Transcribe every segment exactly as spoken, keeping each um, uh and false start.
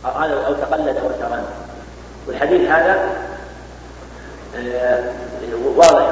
أو تقلد وتغنى. والحديث هذا واضح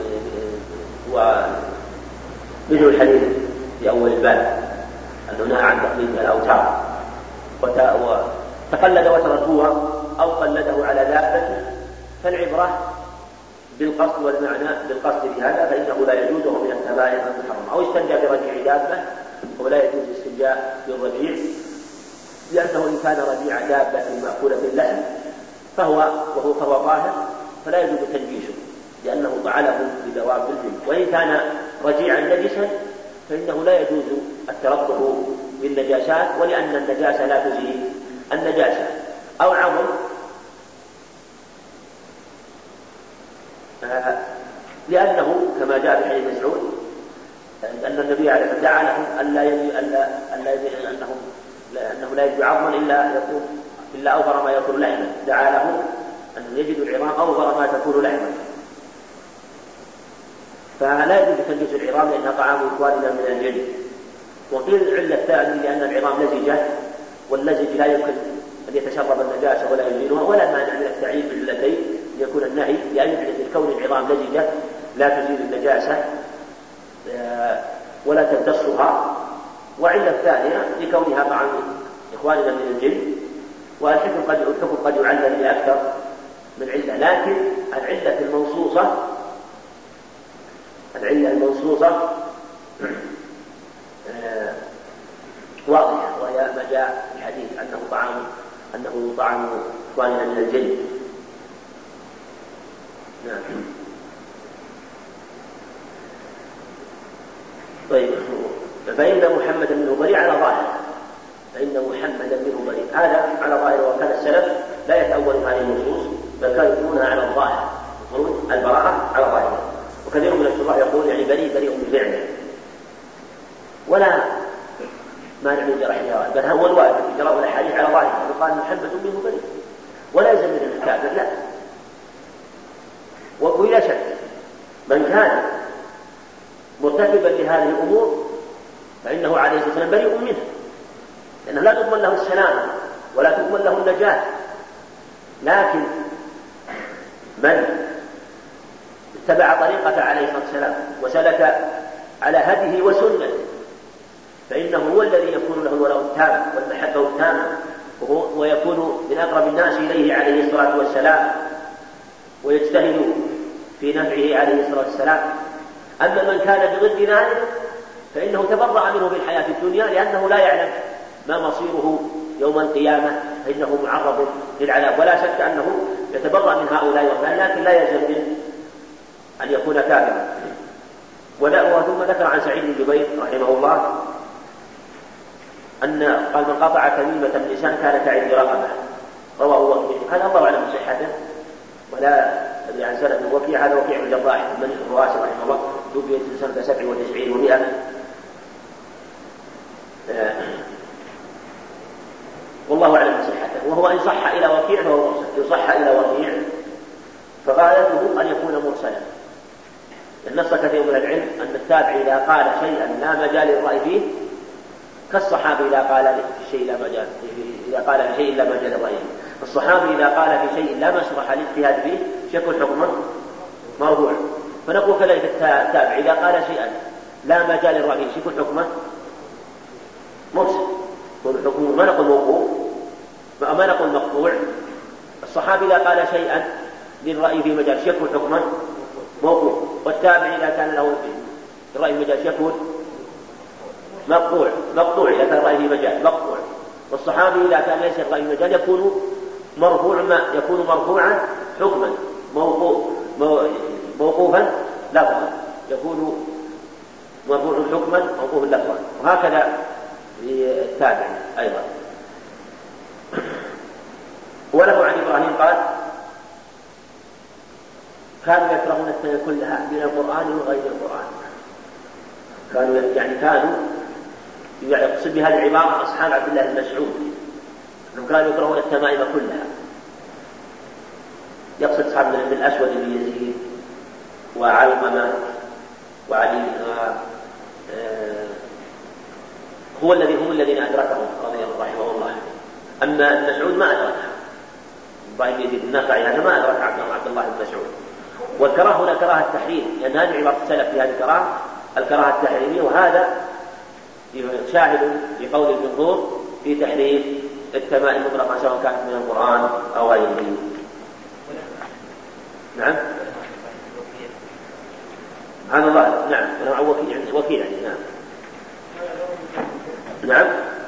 ومثل الحديث في أول الباب أنه نهى عن تقليد الأوتار، وتقلد وتركوها أو قلده على دابته، فالعبرة بالقصد والمعنى بالقصد بهذا، فإنه لا يجوز من الكبائر المحرمة. أو استنجى برجيع دابة، ولا يجوز الاستنجاء بالرجيع، لأنه إن كان رجيع دابة مأكولة اللحم فهو وهو فهو طاهر فلا يجوز تنجيشه، لأنه فعله بدواب الجن. وإن كان رجيعا نجسا فإنه لا يجوز الترقح بالنجاسات، ولأن النجاسة لا تزيل النجاسة. أو عظم، لأنه كما جاء في حديث مسعود أن النبي عليه الصلاة والسلام دعا لهم ألا أنه أنه لا يجد عظما إلا يكون إلا أوفر ما يكون لحما، دعا لهم أن يجدوا العظام أوفر ما تكون لحما. فلا يجوز تنجيس العظام لأنها طعام إخواننا من الجن. وقيل العلة الثانية لأن العظام لزجة، واللزج لا يمكن أن يتشرب النجاسة ولا يزيلها، ولا مانع من التعيين بالعلتين ليكون النهي، لأن كون العظام لزجة لا تزيل النجاسة ولا تمتصها. وعلة الثانية لكونها طعام إخواننا من الجن. والحكم قد الحكم قد يعلل لأكثر من علة، لكن العلة المنصوصة العلة المنصوصة واضحة، وهي ما جاء في الحديث أنه طعام أنه طعام إخواننا من الجن. نعم. طيب، فإن محمدا منه بريء على ظاهر، فإن محمدا منه بريء هذا على ظاهر. وكان السلف لا يتأول هذه النصوص بل كانوا يقولونها على الظاهر، يقولون البراءة على ظاهر. وكثير من الشراح يقول يعني بريء بريء بفعله، ولا مانع من جرحها، بل هو الواجب في جراء الأحاديث على ظاهر. فقال محمد منه بريء ولا يلزم من الكافر، لا. وبلا شك من كان مرتكبا لهذه الأمور فإنه عليه الصلاة والسلام بريء منه، لأنه لا تضمن له السلامة ولا تضمن له النجاة. لكن من اتبع طريقة عليه الصلاة والسلام وسلك على هديه وسنته فإنه هو الذي يكون له الولاء التام والمحبة التامة، ويكون من أقرب الناس إليه عليه الصلاة والسلام، ويجتهد في نفعه عليه الصلاة والسلام. أما من كان بضد ذلك فإنه تبرأ منه في الحياة الدنيا، لأنه لا يعلم ما مصيره يوم القيامة، فإنه معرض للعذاب. ولا شك أنه يتبرأ من هؤلاء والله، لكن لا يلزم منه أن يكون كافرا. ثم ذكر عن سعيد بن جبير رحمه الله أن قال من قطع تميمة من لسان كان كعد رقبة، رواه وكيع. هذا الله أعلم بصحته، ولا أدري عن سنة وكيع. هذا وكيع بن الجراح الملك الرؤاسي رحمه الله، توفي سنة سبع وتسعين ومئة. والله أعلم بصحته. وهو إن صح إلى وكيع فهو مرسل، إن صح إلى وكيع فغايته أن يكون مرسلا. النص كثير من العلم أن التابع إذا قال شيئا لا مجال للرأي فيه كالصحابي إذا قال شيء لا مجال إذا قال في شيء لا مجال للرأي فيه. الصحابي إذا قال في شيء لا مسرح للاجتهاد فيه يكون حكمه مرفوع. فنقول كذلك التابع إذا قال شيئا لا مجال للرأي فيه يكون حكمه مرسل، يكون حكمه ما نقول موقوف ما نقول مقطوع. الصحابي إذا قال شيئا للرأي في مجال يكون حكمه موقوف، والتابع إذا كان له الرأي في مجال يكون مقطوع مقطوع إذا كان الرأي في مجال مقطوع. والصحابي إذا كان ليس الرأي في مجال يكون مرفوع ما يكون مرفوعا حكما موقوف موقوفا لفظا، يكون مرفوع حكما موقوف لفظا. وهكذا التابع أيضا. وله عن إبراهيم قال كانوا يكرهون السنة كلها من القرآن وغير القرآن. كانوا يعني كانوا يقصد بهذه العبارة أصحاب عبد الله بن مسعود أنهم كانوا يكرهون التمائم كلها. يقصد أصحاب بن الأسود بن يزيد وعلقمة وعلي هو الذي هم الذين أدركهم رضي الله رحمه الله. أن مسعود ما أدركها، إبراهيم يزيد النخعي هذا ما أدرك عبد الله بن مسعود. والكراهة هنا كراهة التحريم، لأن هذه عبارة السلف في هذه الكراهة الكراهة التحريمية، وهذا شاهد في قول الجمهور في تحريم التمائم مطلقا سواء كانت من القرآن أو غيره. نعم سبحان الله. نعم أنا وكيل وكيل يعني. نعم نعم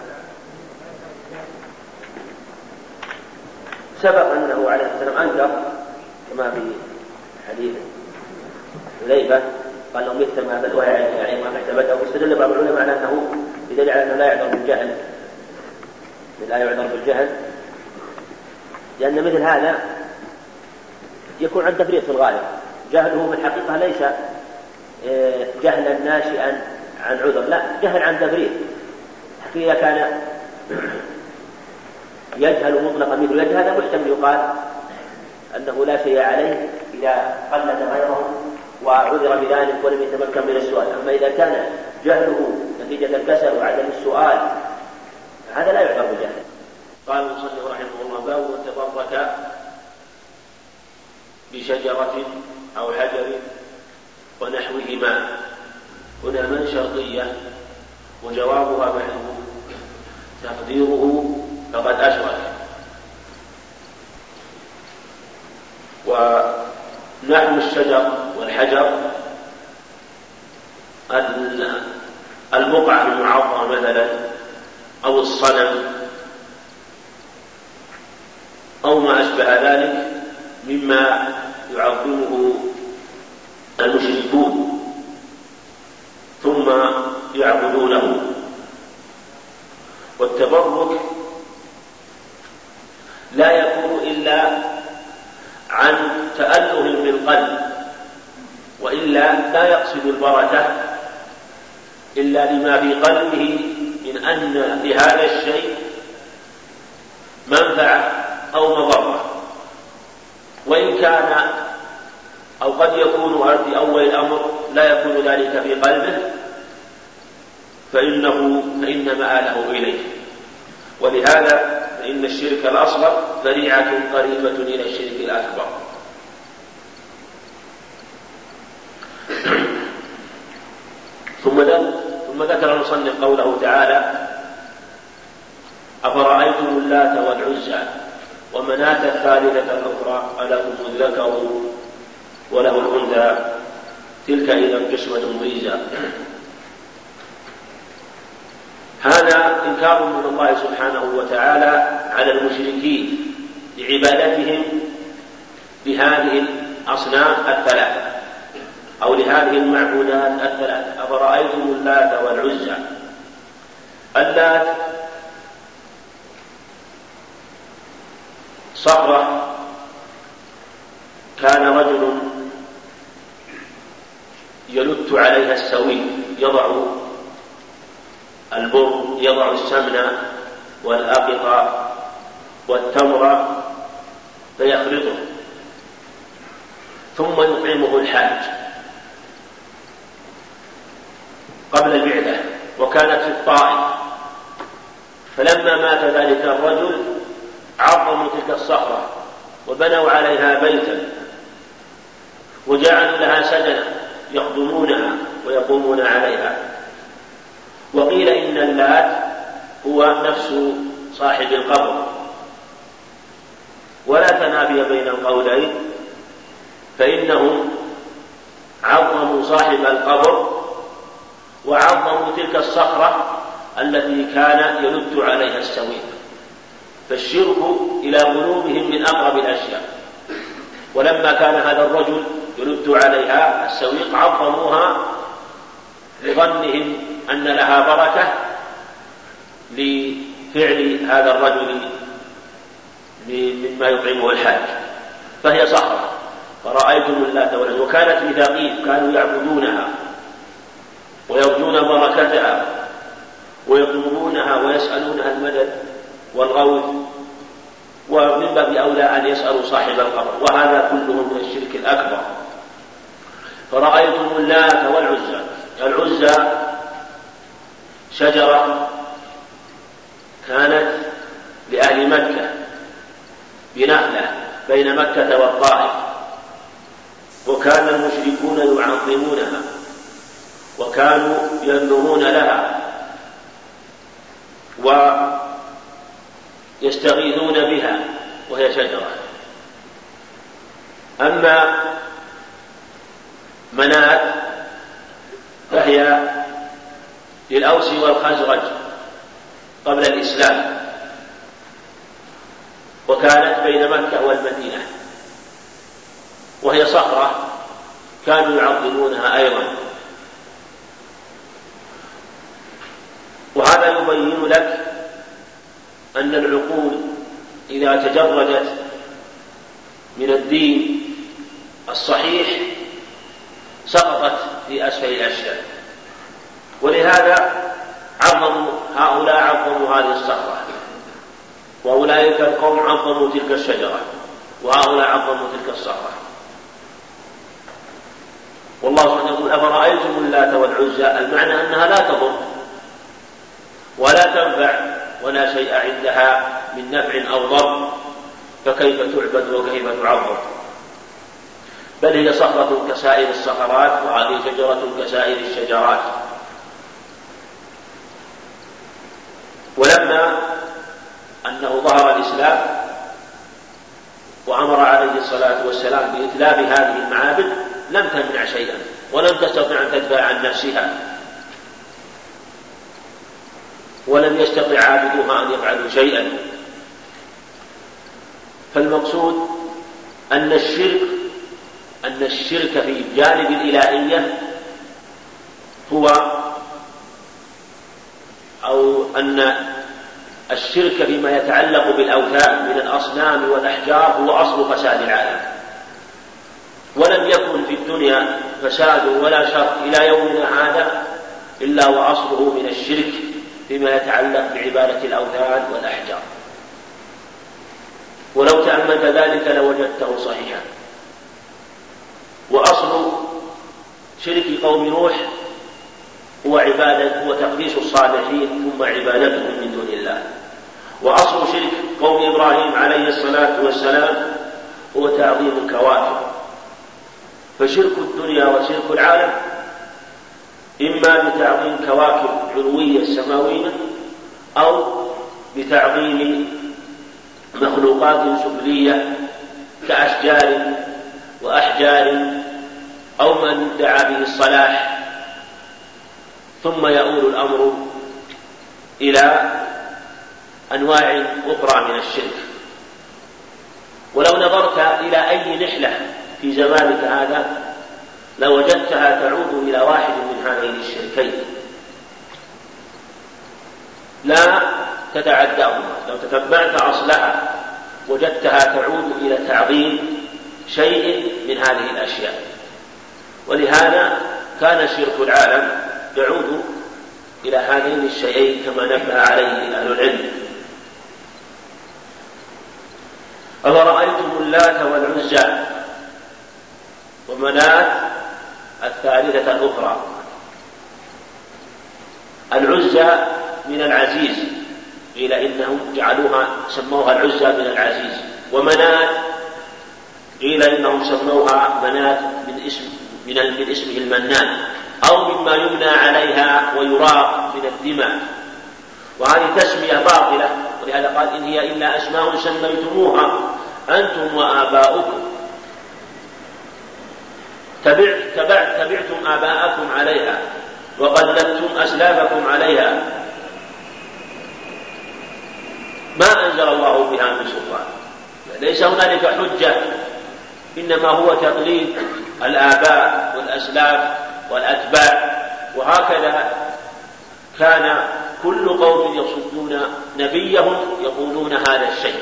سبق أنه عليه السلام أنكر كما في حديث حذيفة قال لهم يكتم هذا الوعي ما اعتبته، واستدل بعض العلماء على أنه بدليل على أنه لا يعذر بالجهل، لا يعذر بالجهل، لأن مثل هذا يكون عن تفريط في الغالب. جهله في الحقيقة ليس جهلا ناشئا عن عذر، لا، جهل عن تفريط. إذا كان يجهل مطلقا مثل يجهل هذا محتمل يقال أنه لا شيء عليه إذا قلد غيره وعذر بذلك ولم يتمكن من السؤال. أما إذا كان جهله نتيجة الكسل وعدم السؤال هذا لا يعذر بجهل. قال المصنف رحمه الله: باب تبرك بشجرة أو حجر ونحوهما. هنا من شرطية وجوابها محذوف تقديره فقد أشرك. ونحو الشجر والحجر البقعة المعظمة مثلا أو الصنم أو ما أشبه ذلك مما يعظمه المشركون ثم يعبدونه. والتبرك لا يكون إلا عن تأله بالقلب، وإلا لا يقصد البركة إلا لما في قلبه من أن لهذا الشيء منفعة أو مضرة، وإن كان أو قد يكون في أول الأمر لا يكون ذلك في قلبه فإنه فإن مآله إليه. ولهذا فإن الشرك الأصغر ذريعة قريبة إلى الشرك الأكبر. ثم ذكر المصنف قوله تعالى: أفرأيتم اللات والعزى ومناة الثالثة الأخرى ألكم الذكر وله الأنثى تلك إذا قسمة ضيزى. هذا إنكار من الله سبحانه وتعالى على المشركين لعبادتهم لهذه الأصنام الثلاثة أو لهذه المعبودات الثلاثة. أفرأيتم اللات والعزى. اللات صخرة كان رجل يلت عليها السوي، يضع البر يضع السمن والأقط والتمر فيخلطه ثم يطعمه الحاج قبل البعثة، وكانت في الطائف. فلما مات ذلك الرجل عظموا تلك الصخرة وبنوا عليها بيتا وجعلوا لها سدنا يخدمونها ويقومون عليها. وقيل إن اللات هو نفس صاحب القبر، ولا تنافي بين القولين، فإنهم عظموا صاحب القبر وعظموا تلك الصخرة التي كان يلت عليها السويق. فالشرك إلى قلوبهم من أقرب الأشياء، ولما كان هذا الرجل يلت عليها السويق عظموها لظنهم أن لها بركة لفعل هذا الرجل مما يطعمه الحاج، فهي صخرة. فرأيتم اللات والعزى، وكانت في ثقيف كانوا يعبدونها ويرجون بركتها ويطلبونها ويسألونها المدد والغوث، ومن باب أولى أن يسألوا صاحب القبر، وهذا كله من الشرك الأكبر. فرأيتم اللات والعزى. العزى شجرة كانت لأهل بين مكة والطائف، وكان المشركون يعظمونها وكانوا ينظرون لها ويستغيثون بها، وهي شجرة. أما منات فهي للأوس والخزرج قبل الإسلام، وكانت بين مكة والمدينة، وهي صخرة كانوا يعظمونها أيضا. وهذا يبين لك أن العقول إذا تجردت من الدين الصحيح سقطت في أسفل الأشياء، ولهذا عظموا هؤلاء عظموا هذه الصخرة، وأولئك القوم عظموا تلك الشجرة، وهؤلاء عظموا تلك الصخرة. والله سبحانه يقول: أفرأيتم اللات والعزى، المعنى أنها لا تضر ولا تنفع ولا شيء عندها من نفع أو ضر، فكيف تعبد وكيف تعظم؟ بل هي صخرة كسائر الصخرات، وهذه شجرة كسائر الشجرات. ولما أنه ظهر الإسلام وأمر عليه الصلاة والسلام بإتلاف هذه المعابد لم تمنع شيئا، ولم تستطع أن تدفع عن نفسها، ولم يستطع عابدوها أن يفعلوا شيئا. فالمقصود أن الشرك أن الشرك في جانب الإلهية هو أو أن الشرك فيما يتعلق بالأوثان من الأصنام والأحجار هو أصل فساد العالم، ولم يكن في الدنيا فساد ولا شر إلى يومنا هذا إلا وأصله من الشرك فيما يتعلق بعبادة الأوثان والأحجار. ولو تأملت ذلك لوجدته صحيحا. وأصل شرك قوم نوح هو عبادة هو تقديس الصالحين ثم عبادتهم من دون الله. وأصل شرك قوم إبراهيم عليه الصلاة والسلام هو تعظيم الكواكب. فشرك الدنيا وشرك العالم إما بتعظيم كواكب علوية سماوية أو بتعظيم مخلوقات سفلية كأشجار وأحجار أو ما يدعى به الصلاح، ثم يؤول الأمر إلى أنواع أخرى من الشرك. ولو نظرت إلى أي نحلة في زمانك هذا لوجدتها تعود إلى واحد من هذين الشركين لا تتعداهما. لو تتبعت أصلها وجدتها تعود إلى تعظيم شيء من هذه الأشياء. ولهذا كان شرك العالم يعود إلى هذين الشيئين كما نبه عليه أهل العلم. أفرأيتم اللات والعزى ومناة الثالثة الأخرى. العزى من العزيز، قيل إنهم جعلوها سموها العزى من العزيز. ومناة قيل إنهم سموها مناة من اسم من من اسمه المنان، أو مما يمنى عليها ويراق من الدماء. وهذه تسمية باطلة، ولهذا قال: إن هي إلا أسماء سميتموها أنتم وآباؤكم تبع تبع تبعتم آباءكم عليها وقلدتم أسلافكم عليها، ما أنزل الله بها من سلطان. ليس هنالك حجة، إنما هو تقليد الآباء والأسلاف والأتباع. وهكذا كان كل قوم يصدون نبيهم يقولون هذا الشيء،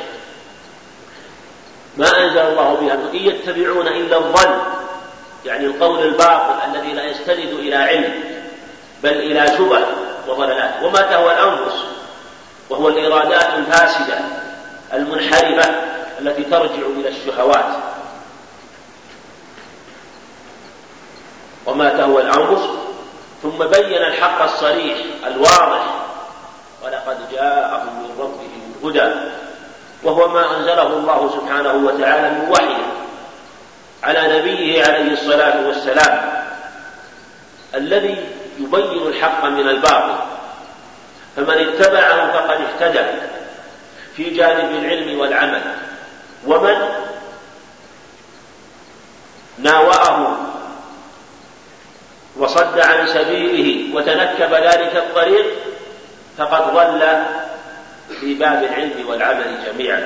ما أنزل الله بها، إن يتبعون إلا الظن، يعني القول الباطل الذي لا يستند إلى علم بل إلى شبه وضلالات وما تهوى الأنفس، وهو الإرادات الفاسدة المنحرفة التي ترجع إلى الشهوات. وما تهوى الأنفس، ثم بين الحق الصريح الواضح: ولقد جاءهم من ربهم الهدى وهو ما أنزله الله سبحانه وتعالى من وحي على نبيه عليه الصلاة والسلام الذي يبين الحق من الباطل، فمن اتبعه فقد اهتدى في جانب العلم والعمل، ومن ناوأه وصد عن سبيله وتنكب ذلك الطريق فقد ضل في باب العلم والعمل جميعا.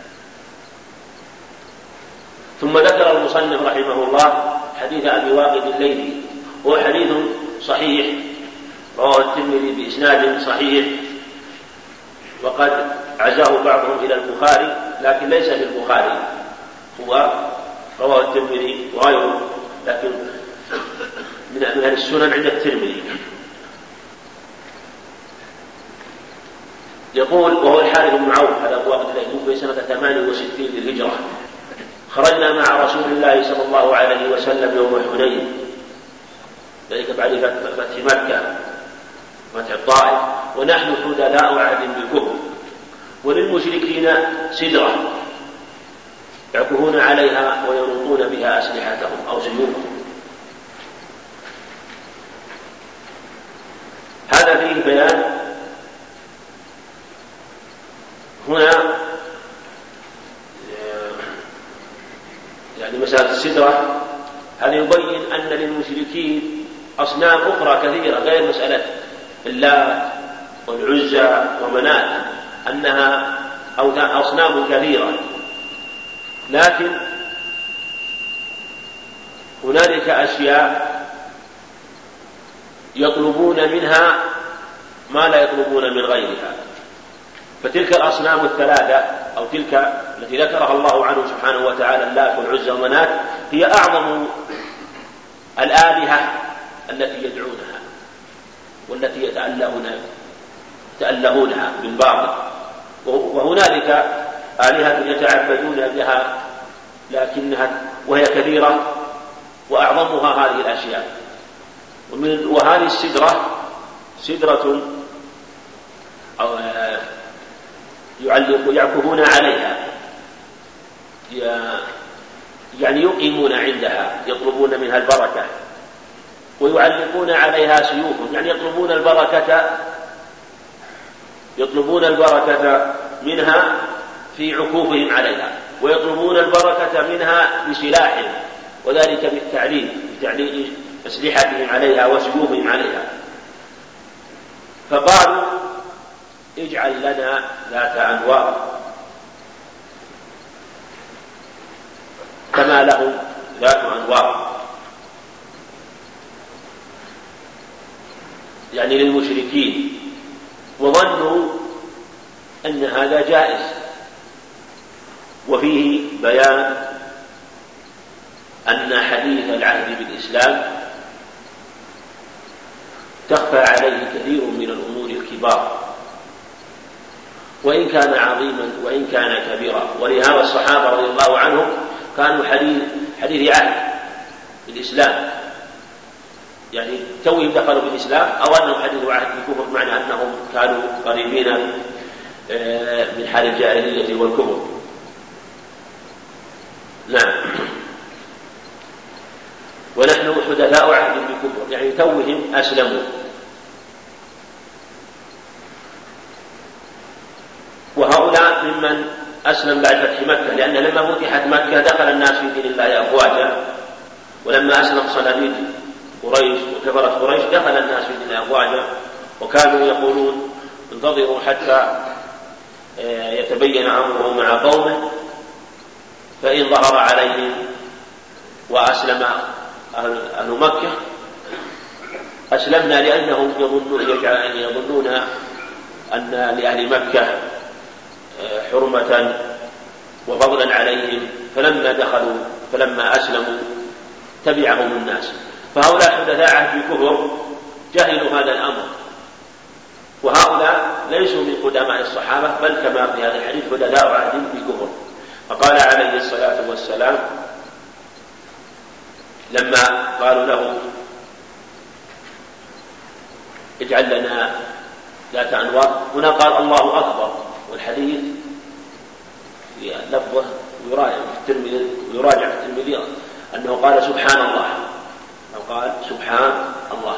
ثم ذكر المصنف رحمه الله حديث أبي واقد الليثي، هو حديث صحيح رواه الترمذي بإسناد صحيح، وقد عزاه بعضهم إلى البخاري لكن ليس في البخاري، هو رواه الترمذي وغيره لكن من أهل السنن عند الترمذي. يقول وهو الحارث بن عوف على أبواب الليل في سنة ثمان وستين للهجرة، خرجنا مع رسول الله صلى الله عليه وسلم يوم حنين، ذلك بعد فتح مكة فتح الطائف، ونحن حدثاء عهد بالكفر، وللمشركين سدرة يعكفون عليها ويربطون بها أسلحتهم أو سيوفهم. هذا فيه بيان هنا يعني مسألة السدرة، هذا يبين أن للمشركين أصنام أخرى كثيرة غير مسألة اللات والعزى ومنات، أنها أصنام كثيرة، لكن هنالك أشياء يطلبون منها ما لا يطلبون من غيرها. فتلك الأصنام الثلاثة أو تلك التي ذكرها الله عنه سبحانه وتعالى اللات والعزى ومنات هي أعظم الآلهة التي يدعونها والتي يتألهون يتألهونها بالباطل، وهنالك آلهة يتعبدون بها لكنها وهي كثيرة وأعظمها هذه الأشياء. وهذه السدرة سدرة أو يعلق يعكفون عليها، يعني يقيمون عندها يطلبون منها البركة، ويعلقون عليها سيوفهم، يعني يطلبون البركة يطلبون البركة منها في عكوفهم عليها، ويطلبون البركة منها بسلاحهم، وذلك بالتعليم بتعليق أسلحتهم عليها وسيوفهم عليها. فقالوا اجعل لنا ذات أنواط كما لهم ذات أنواط، يعني للمشركين، وظنوا أن هذا جائز. وفيه بيان أن حديث العهد بالإسلام تخفى عليه كثير من الأمور الكبار وإن كان عظيما وإن كان كبيرا، ولهذا الصحابة رضي الله عنهم كانوا حديث حديث عهد بالإسلام، يعني توهم دخلوا بالإسلام أو أنهم حديث عهد بالكفر، معنى أنهم كانوا قريبين من حال الجاهلية والكفر. نعم. ونحن حدثاء عهد بالكفر، يعني توهم أسلموا. وهؤلاء ممن أسلم بعد فتح مكة، لأن لما فتحت مكة دخل الناس في دين الله أفواجا، ولما أسلم صناديد قريش وكفرت قريش دخل الناس في دين الله أفواجا، وكانوا يقولون انتظروا حتى يتبين أمره مع قومه، فإن ظهر عليهم وأسلم أهل مكة أسلمنا، لأنهم يظنون أن لأهل مكة حرمة وفضلا عليهم، فلما دخلوا فلما أسلموا تبعهم الناس. فهؤلاء حدثاء عهد الكفر جهلوا هذا الأمر، وهؤلاء ليسوا من قدماء الصحابة، بل كما في هذا الحديث حدثاء عهد بالكفر. فقال عليه الصلاة والسلام لما قالوا له اجعل لنا ذات أنواط، هنا قال الله أكبر، والحديث في لفظه ويراجع في الترمذي ويراجع في الترمذي أنه قال سبحان الله أو قال سبحان الله.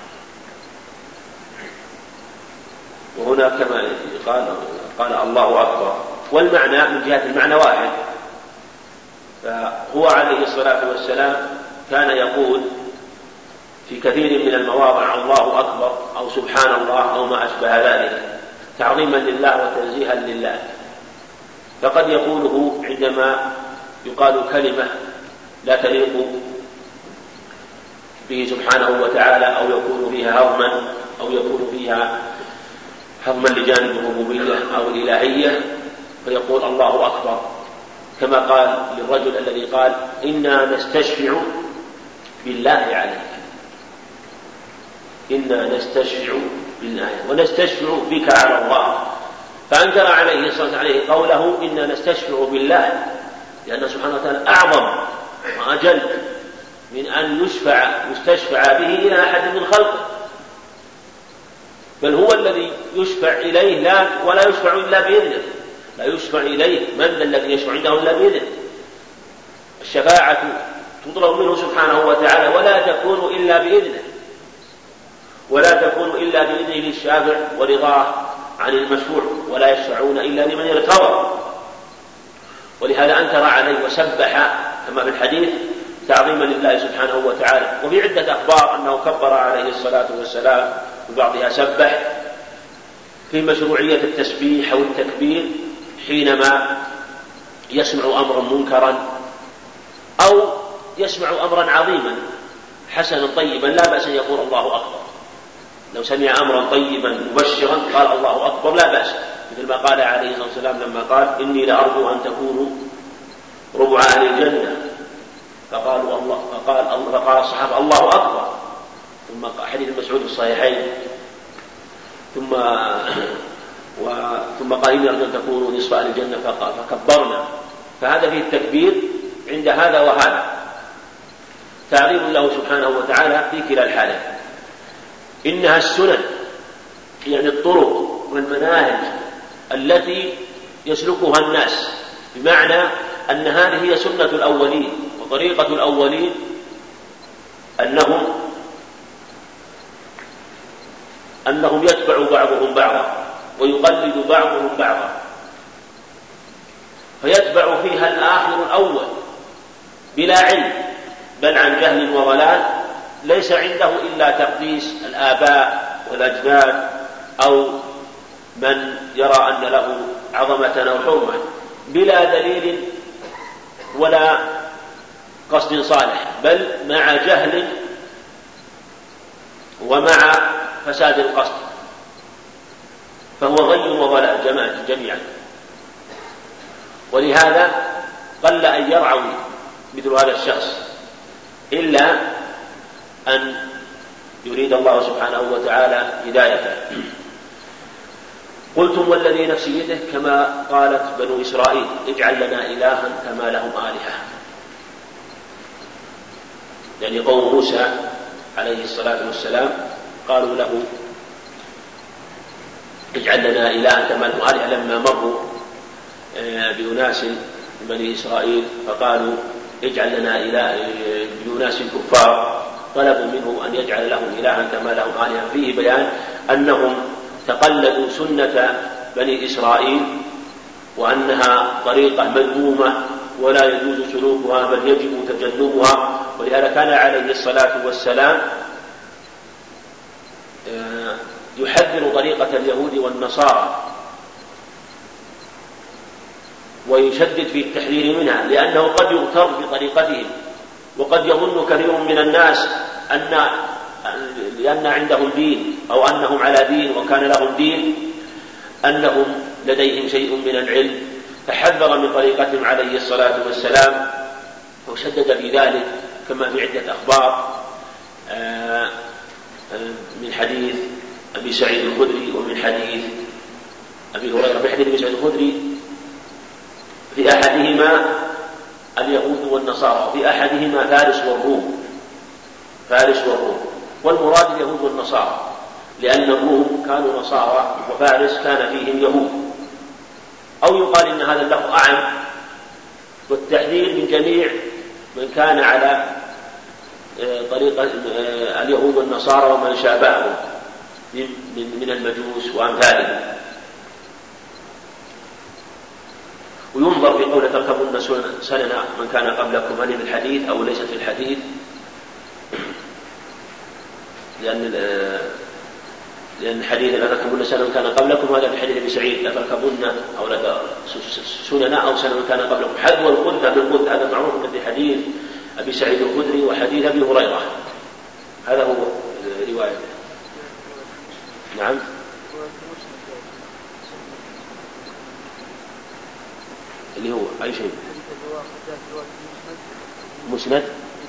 وهنا كما قال قال الله أكبر، والمعنى من جهة المعنى واحد. فهو عليه الصلاة والسلام كان يقول في كثير من المواضع الله أكبر أو سبحان الله أو ما أشبه ذلك تعظيما لله وتنزيها لله. فقد يقوله عندما يقال كلمة لا تليق به سبحانه وتعالى أو يكون فيها هضما أو يكون فيها هضما لجانب الربوبية أو الإلهية، فيقول الله أكبر، كما قال للرجل الذي قال إنا نستشفع بالله عليك، إنا نستشفع بالله ونستشفع بك على الله. فأنكر عليه الصلاة عليه قوله إنا نستشفع بالله، لأن سبحانه وتعالى أعظم وأجل من أن يشفع يستشفع به إلى أحد من خلقه، بل هو الذي يشفع إليه لا ولا يشفع إلا بإذنه، لا يشفع إليه من الذي يشفع عنده إلا بإذنه. الشفاعة تطلب منه سبحانه وتعالى ولا تكون إلا بإذنه، ولا تكون إلا بإذنه للشافع ورضاه عن المشفوع، ولا يشفعون إلا لمن ارتضى. ولهذا أنكر عليه وسبح كما في الحديث تعظيما لله سبحانه وتعالى. وفي عدة أخبار أنه كبر عليه الصلاة والسلام، وبعضها سبح، في مشروعية التسبيح أو التكبير حينما يسمع أمرا منكرا أو يسمع أمرا عظيما حسنا طيبا لا بأس أن يقول الله أكبر. لو سمع أمرا طيبا مبشرا قال الله أكبر لا بأس، مثل ما قال عليه الصلاة والسلام لما قال إني لأرجو أن تكونوا ربع أهل الجنة، فقالوا الله فقال, فقال الصحابة الله أكبر. ثم حديث مسعود الصحيحين ثم و... ثم قال إني أرجو أن تكونوا نصف أهل الجنة فكبرنا. فهذا فيه التكبير عند هذا وهذا، تعظيم له سبحانه وتعالى في كلا الحالين. إنها السنن يعني الطرق والمناهج التي يسلكها الناس، بمعنى أن هذه هي سنة الأولين وطريقة الأولين، أنهم أنهم يتبع بعضهم بعضا ويقلد بعضهم بعضا، فيتبع فيها الآخر الأول بلا علم بل عن جهل وضلال، ليس عنده إلا تقديس الآباء والأجداد أو من يرى أن له عظمة أو حرمة بلا دليل ولا قصد صالح، بل مع جهل ومع فساد القصد، فهو غي وضلال جميعا. ولهذا قل أن يرعوي مثل هذا الشخص إلا أن يريد الله سبحانه وتعالى هدايته. قلتم والذي نفسي بيده كما قالت بنو إسرائيل اجعل لنا إلها كما لهم آلهة، يعني قوم موسى عليه الصلاة والسلام قالوا له اجعل لنا إلها كما لهم آلهة لما مروا بأناس من بني إسرائيل فقالوا اجعل لنا إله بأناس كفار، طلبوا منه أن يجعل لهم إلها كما لهم آلهة. فيه بيان أنهم تقلدوا سنة بني إسرائيل وأنها طريقة مذمومة ولا يجوز سلوكها بل يجب تجنبها. ولهذا كان عليه الصلاة والسلام يحذر طريقة اليهود والنصارى ويشدد في التحذير منها، لأنه قد يغتر بطريقتهم، وقد يظن كثير من الناس أن لأن عندهم دين أو أنهم على دين وكان لهم دين أنهم لديهم شيء من العلم، فحذر من طريقتهم عليه الصلاة والسلام وشدد في ذلك كما في عدة أخبار من حديث أبي سعيد الخدري ومن حديث أبي هريرة. في حديث أبي سعيد الخدري في أحدهما اليهود والنصارى وفي أحدهما فارس والروم فارس والروم والمراد اليهود والنصارى، لأن الروم كانوا نصارى وفارس كان فيهم يهود. أو يقال إن هذا اللفظ أعم، والتحذير من جميع من كان على طريقة اليهود والنصارى ومن شابههم من المجوس وأمثالهم. وينظر في قولة تركبن سنن من كان قبلكم، هل في الحديث أو ليست في الحديث، لأن لأن الحديث لا تركبن سنن من كان قبلكم هذا في حديث أبي سعيد لا تركبن أو لا سنن أو سنن من كان قبلكم. حذو القدة بالقدة هذا معروف في حديث أبي سعيد الخدري وحديث أبي هريرة، هذا هو رواية. نعم. اللي هو أي شيء مسند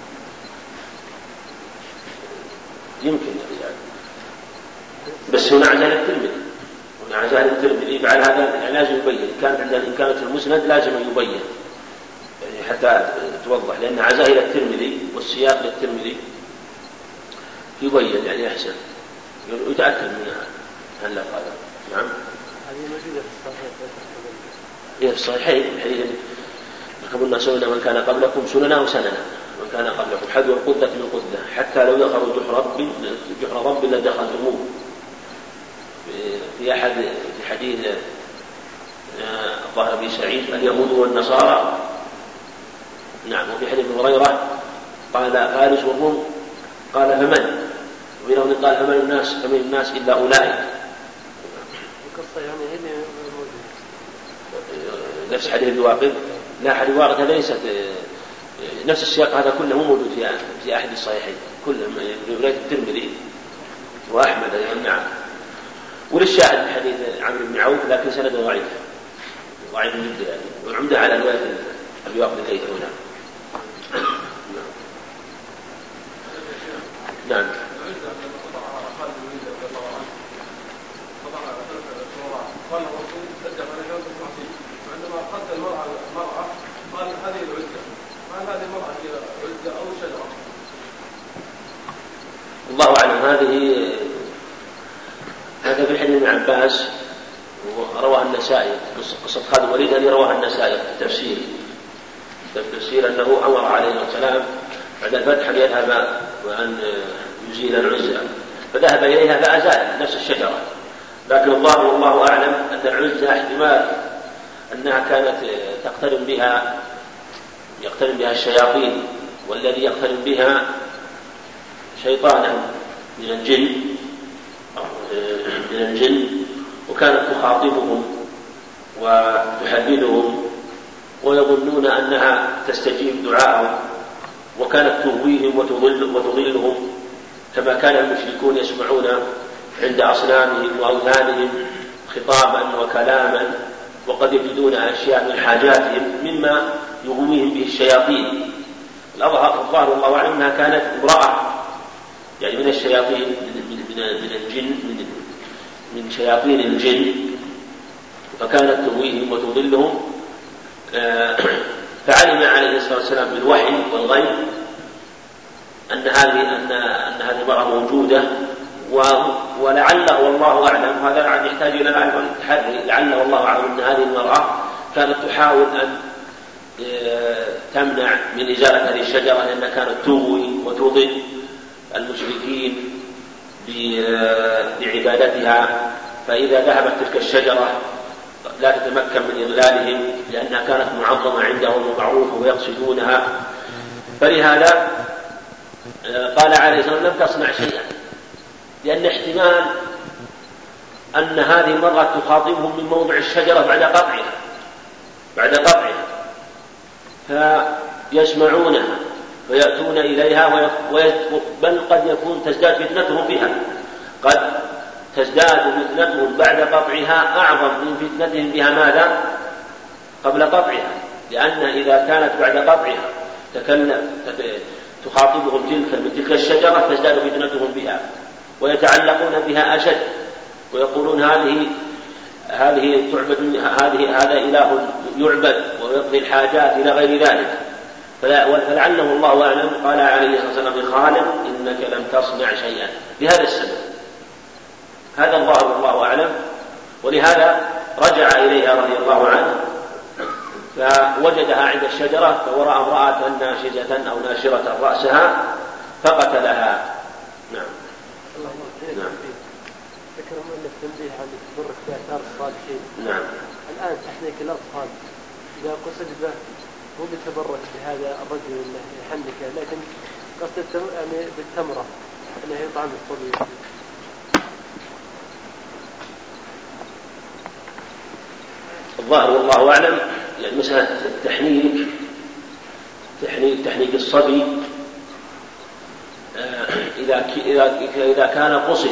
يمكن يعني. بس هنا عزال الترمذي، هنا عزال الترمذي بعد هذا لازم يبين، كانت عندنا إن كانت المسند لازم يبين يعني حتى توضح، لأن عزائل الترمذي والسياق للترمذي يبين يعني أحسن يتأكد منها هل لا قال. نعم. هذه موجودة في الصحيح. إيه الصحيحين حديث ركبنا سنن من كان قبلكم سننا وسننا من كان قبلكم حذو القدة من قدة حتى لو دخلوا جحر رب جحر رب لدخلتموه. في أحد في حديث الظاهر أبي سعيد اليهود والنصارى. نعم. وفي حديث هريرة قال فارس والروم قال فمن، وبينهم قال فمن الناس فمن الناس إلا أولئك. القصة يعني هنا نفس حديث الواقد. لا حديث الواقد هذا ليست نفس السياق، هذا كله مو موجود في في أحد الصحيحين كله رواية الترمذي وأحمد. نعم. وللشاهد من حديث عمرو بن عوف لكن سنده ضعيف ضعيف جدا يعني، والعمدة على رواية أبي واقد الليث هنا. نعم. عندما قد المرأة المرأة قال هذه العزة، قال هذه المرأة هي عزة أو شجرة. الله أعلم. هذه هذا في حديث ابن عباس ورواه النسائي، قصة خالد الوليد هذه رواها النسائي في التفسير في التفسير أنه أمر عليه السلام بعد الفتح أن يذهب وأن يزيل العزة، فذهب إليها فأزال نفس الشجرة. لكن الله والله أعلم أن العزة احتمال أنها كانت تقترن بها يقترن بها الشياطين، والذي يقترن بها شيطانا من الجن من الجن وكانت تخاطبهم وتحدثهم ويظنون أنها تستجيب دعاءهم، وكانت تهويهم وتضل وتضلهم كما كان المشركون يسمعون عند أصنامهم وأوثانهم خطابا وكلاما، وقد يجدون أشياء من حاجاتهم مما يغويهم به الشياطين. الظاهر والله أعلم أنها كانت امرأة يعني من الشياطين من, من, من الجن من, من شياطين الجن، فكانت تغويهم وتضلهم. فعلم عليه الصلاة والسلام بالوحي والغيب أن هذه أن أن هذه المرأة موجودة، ولعله والله أعلم هذا يحتاج إلى العلم والتحري، لعله والله أعلم أن هذه المرأة كانت تحاول أن تمنع من إزالة هذه الشجرة، لأنها كانت تغوي وتضل المشركين بعبادتها، فإذا ذهبت تلك الشجرة لا تتمكن من إضلالهم لأنها كانت معظمة عندهم ومعروفة ويقصدونها. فلهذا قال عليه الصلاة والسلام لم تصنع شيئا، لأن احتمال أن هذه المرأة تخاطبهم من موضع الشجرة بعد قطعها بعد قطعها فيسمعونها ويأتون إليها، بل قد يكون تزداد فتنتهم بها، قد تزداد فتنتهم بعد قطعها أعظم من فتنتهم بها ماذا قبل قطعها، لأن إذا كانت بعد قطعها تكلم تخاطبهم تلك من تلك الشجرة تزداد فتنتهم بها ويتعلقون بها أشد، ويقولون هذه هذه تعبد هذه هذا إله يعبد ويقضي الحاجات إلى غير ذلك. فلعله الله أعلم قال عليه الصلاة والسلام لخالد إنك لم تصنع شيئا بهذا السبب. هذا الله والله أعلم. ولهذا رجع إليها رضي الله عنه فوجدها عند الشجرة فورأى امرأة ناشزة أو ناشرة رأسها فقتلها. نعم. نعم. ذكر مؤلف تنبيه عن التبرك بآثار الصالحين. نعم. الآن تحنيك الأطفال إذا قصد به هو بيتبرك بهذا الرجل اللي يحنكه، لكن قصد يعني بالتمرة أنه يطعم الصبي. الظاهر والله أعلم يعني مسألة التحنيك تحنيك تحنيك الصبي إذا إذا إذا كان قصد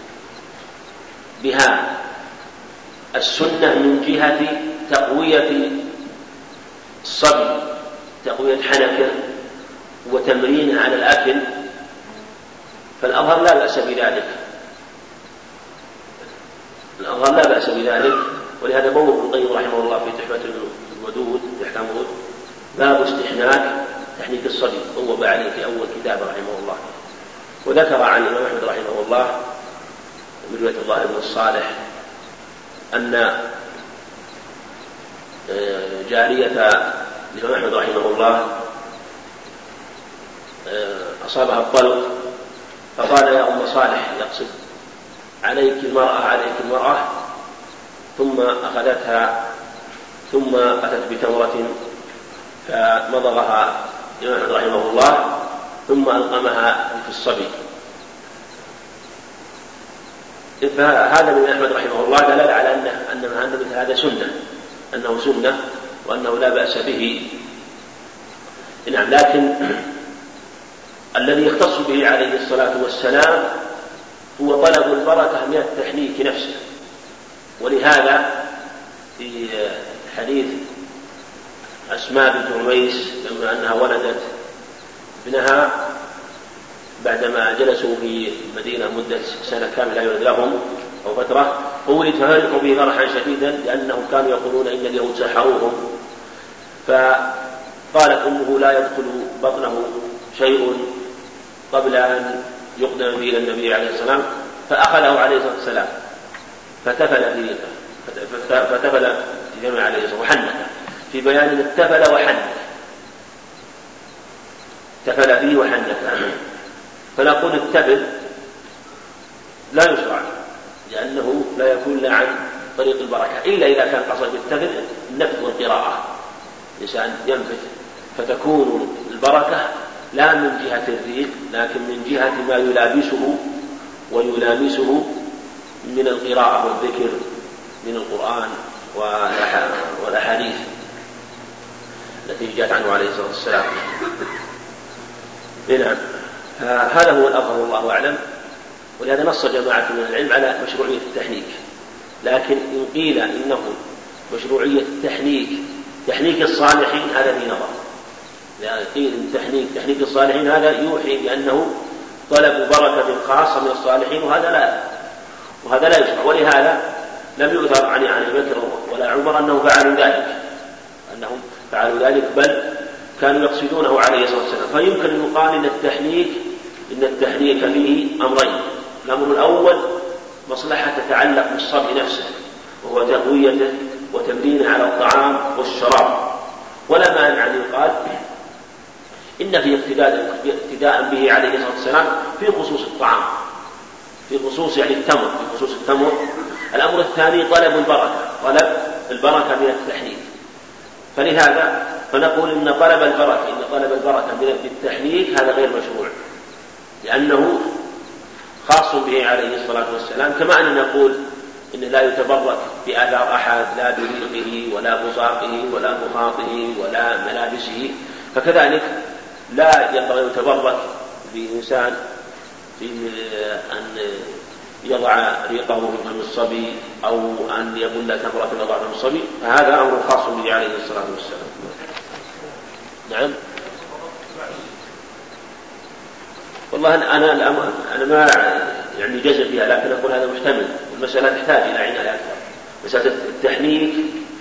بها السنة من جهة تقوية الصبي، تقوية حنكه وتمرينه على الأكل، فالأظهر لا بأس بذلك، الأظهر لا بأس بذلك. ولهذا بوّب ابن القيم رحمه الله في تحفة الودود أحكام الودود باب استحناك تحنيك الصبي، بوّب عليه في أول كتاب رحمه الله. وذكر عن الإمام أحمد رحمه الله من رواية الظاهر بن الصالح أن جارية الإمام أحمد رحمه الله أصابها الطلق فقال يا أم صالح، يقصد عليك المرأة عليك المرأة، ثم أخذتها ثم أتت بتمرة فمضغها الإمام أحمد رحمه الله ثم ألقمها في الصبي. فهذا من أحمد رحمه الله دلالة على أنه أن مثل هذا سنة، أنه سنة وأنه لا بأس به. نعم. لكن الذي يختص به عليه الصلاة والسلام هو طلب البركة من التحنيك نفسه. ولهذا في حديث أسماء بنت عميس لما أنها ولدت ابنها بعدما جلسوا في المدينة مدة سنة كاملة لا يولد لهم أو فترة، فولد ففرحوا به فرحا شديدا لأنهم كانوا يقولون إن اليهود سحروهم، فقالت أمه لا يدخل بطنه شيء قبل أن يقدم به إلى النبي عليه السلام، فأخذه عليه الصلاة والسلام فتفل فيه فتفل في جمع عليه الصلاة وحنك، في بيان التفل وحنك، تفل فيه وحنك. فنقول التفل لا يشرع لأنه لا يكون إلا عن طريق البركة، إلا إذا كان قصد بالتفل النفث والقراءة، الإنسان ينفث فتكون البركة لا من جهة الريق لكن من جهة ما يلابسه ويلامسه من القراءة والذكر من القرآن والأحاديث التي جاءت عنه عليه الصلاة والسلام. نعم. هذا هو الأظهر والله أعلم. ولهذا نص جماعة من العلم على مشروعية التحنيك، لكن إن قيل إنه مشروعية التحنيك تحنيك الصالحين هذا في نظر، يعني قيل إن تحنيك تحنيك الصالحين هذا يوحي بأنه طلب بركة خاصة من الصالحين، وهذا لا وهذا لا يشرع. ولهذا لم يؤثر عن أبي بكر ولا عمر أنه فعلوا ذلك أنهم فعلوا ذلك بل كانوا يقصدونه عليه الصلاة والسلام. فيمكن أن يقال إن التحنيك إن التحنيك فيه أمرين: الأمر الأول مصلحة تتعلق بالصبي نفسه وهو تقويته وتمرينه على الطعام والشراب، ولا مانع أن يقال إن في اقتداء به عليه الصلاة والسلام في خصوص الطعام، في خصوص يعني التمر، في خصوص التمر. الأمر الثاني طلب البركة، طلب البركة من التحنيك. فلهذا فنقول إن طلب البركة إن طلب البركة من التحنيك هذا غير مشروع لأنه خاص به عليه الصلاة والسلام، كما أن نقول إن لا يتبرك بآثار أحد لا بريقه ولا بصاقه ولا مخاطه ولا ملابسه، فكذلك لا ينبغي يتبرك بإنسان في أن يضع ريقه في فم الصبي أو أن يبل تمرة يضع فم الصبي، فهذا أمر خاص به عليه الصلاة والسلام. نعم. والله أنا الأمر أنا ما يعني جزم فيها، لكن أقول هذا محتمل، والمسألة تحتاج إلى عناية أكثر. مسألة التحنيك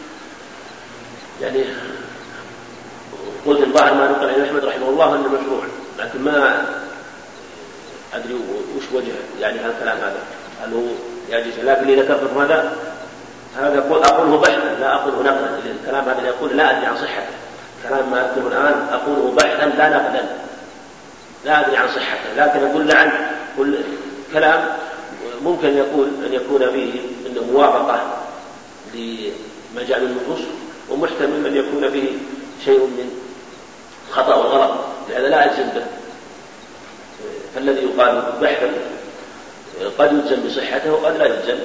يعني قلت الظاهر ما نقل عن أحمد رحمه الله أنه مشروع، لكن ما أدري وش وجه يعني هذا الكلام هذا، هل هو يجوز؟ لكن إذا ذكرت هذا هذا أقوله بحثا لا أقوله نقلا، الكلام هذا يقول لا أدري عن صحته، كلام ما أذكره الآن أقوله بحثا لا نقلا، لا أدري عن صحته، لكن أقول لعل كل كلام ممكن يقول أن يكون فيه أنه موافقة لمجال النصوص، ومحتمل أن يكون فيه شيء من خطأ وغلط، لهذا لا أجزم به. فالذي يقال بحثا قد يلزم بصحته وقد لا يلزم.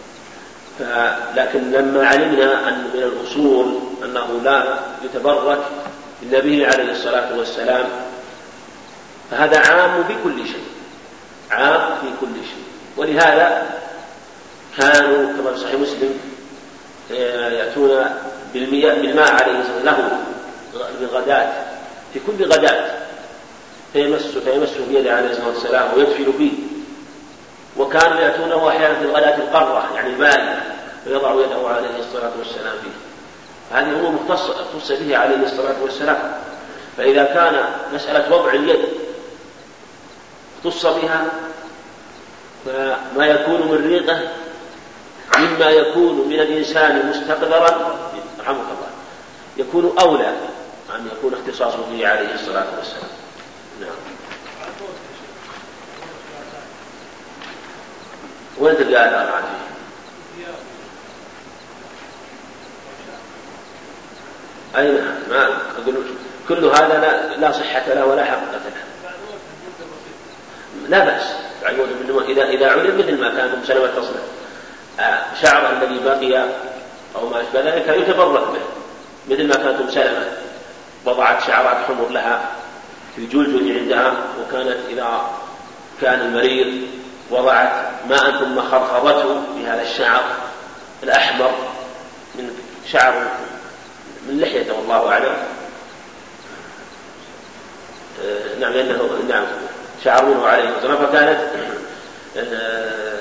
لكن لما علمنا أن من الأصول أنه لا يتبرك إلا به عليه الصلاة والسلام، فهذا عام بكل شيء، عام في كل شيء. ولهذا كانوا كما في صحيح مسلم يأتون بالماء عليه الصلاة له بالغداة في كل غداة، فيمسه فيمسه بيده عليه الصلاة والسلام ويدفن فيه. وكانوا يأتونه أحيانا في الغداة القرة يعني الماء، فيضع يده عليه الصلاة والسلام فيه. هذه أمور مختص به عليه الصلاة والسلام. فإذا كان مسألة وضع اليد اختص بها، فما يكون من ريقه مما يكون من الإنسان مستقدرا رحمه الله يكون أولى أن يكون اختصاصه به عليه الصلاة والسلام. نعم. وين تلقى هذا العافية؟ أي نعم، ما أقول كل هذا لا, لا صحة له ولا حقيقة له. لا بأس إذا إذا علم مثل ما كان مسلمة تصنع شعره الذي بقي أو ما أشبه ذلك يتبرك به، مثل ما كانت أم سلمة وضعت شعرات حمر لها في الجلجل عندها، وكانت إذا كان المريض وضعت ماء ثم خرخرته بهذا الشعر الأحمر من شعر من لحيته والله أعلم. آه نعم لأنه نعم شعر منه عليه الصلاة، فكانت آه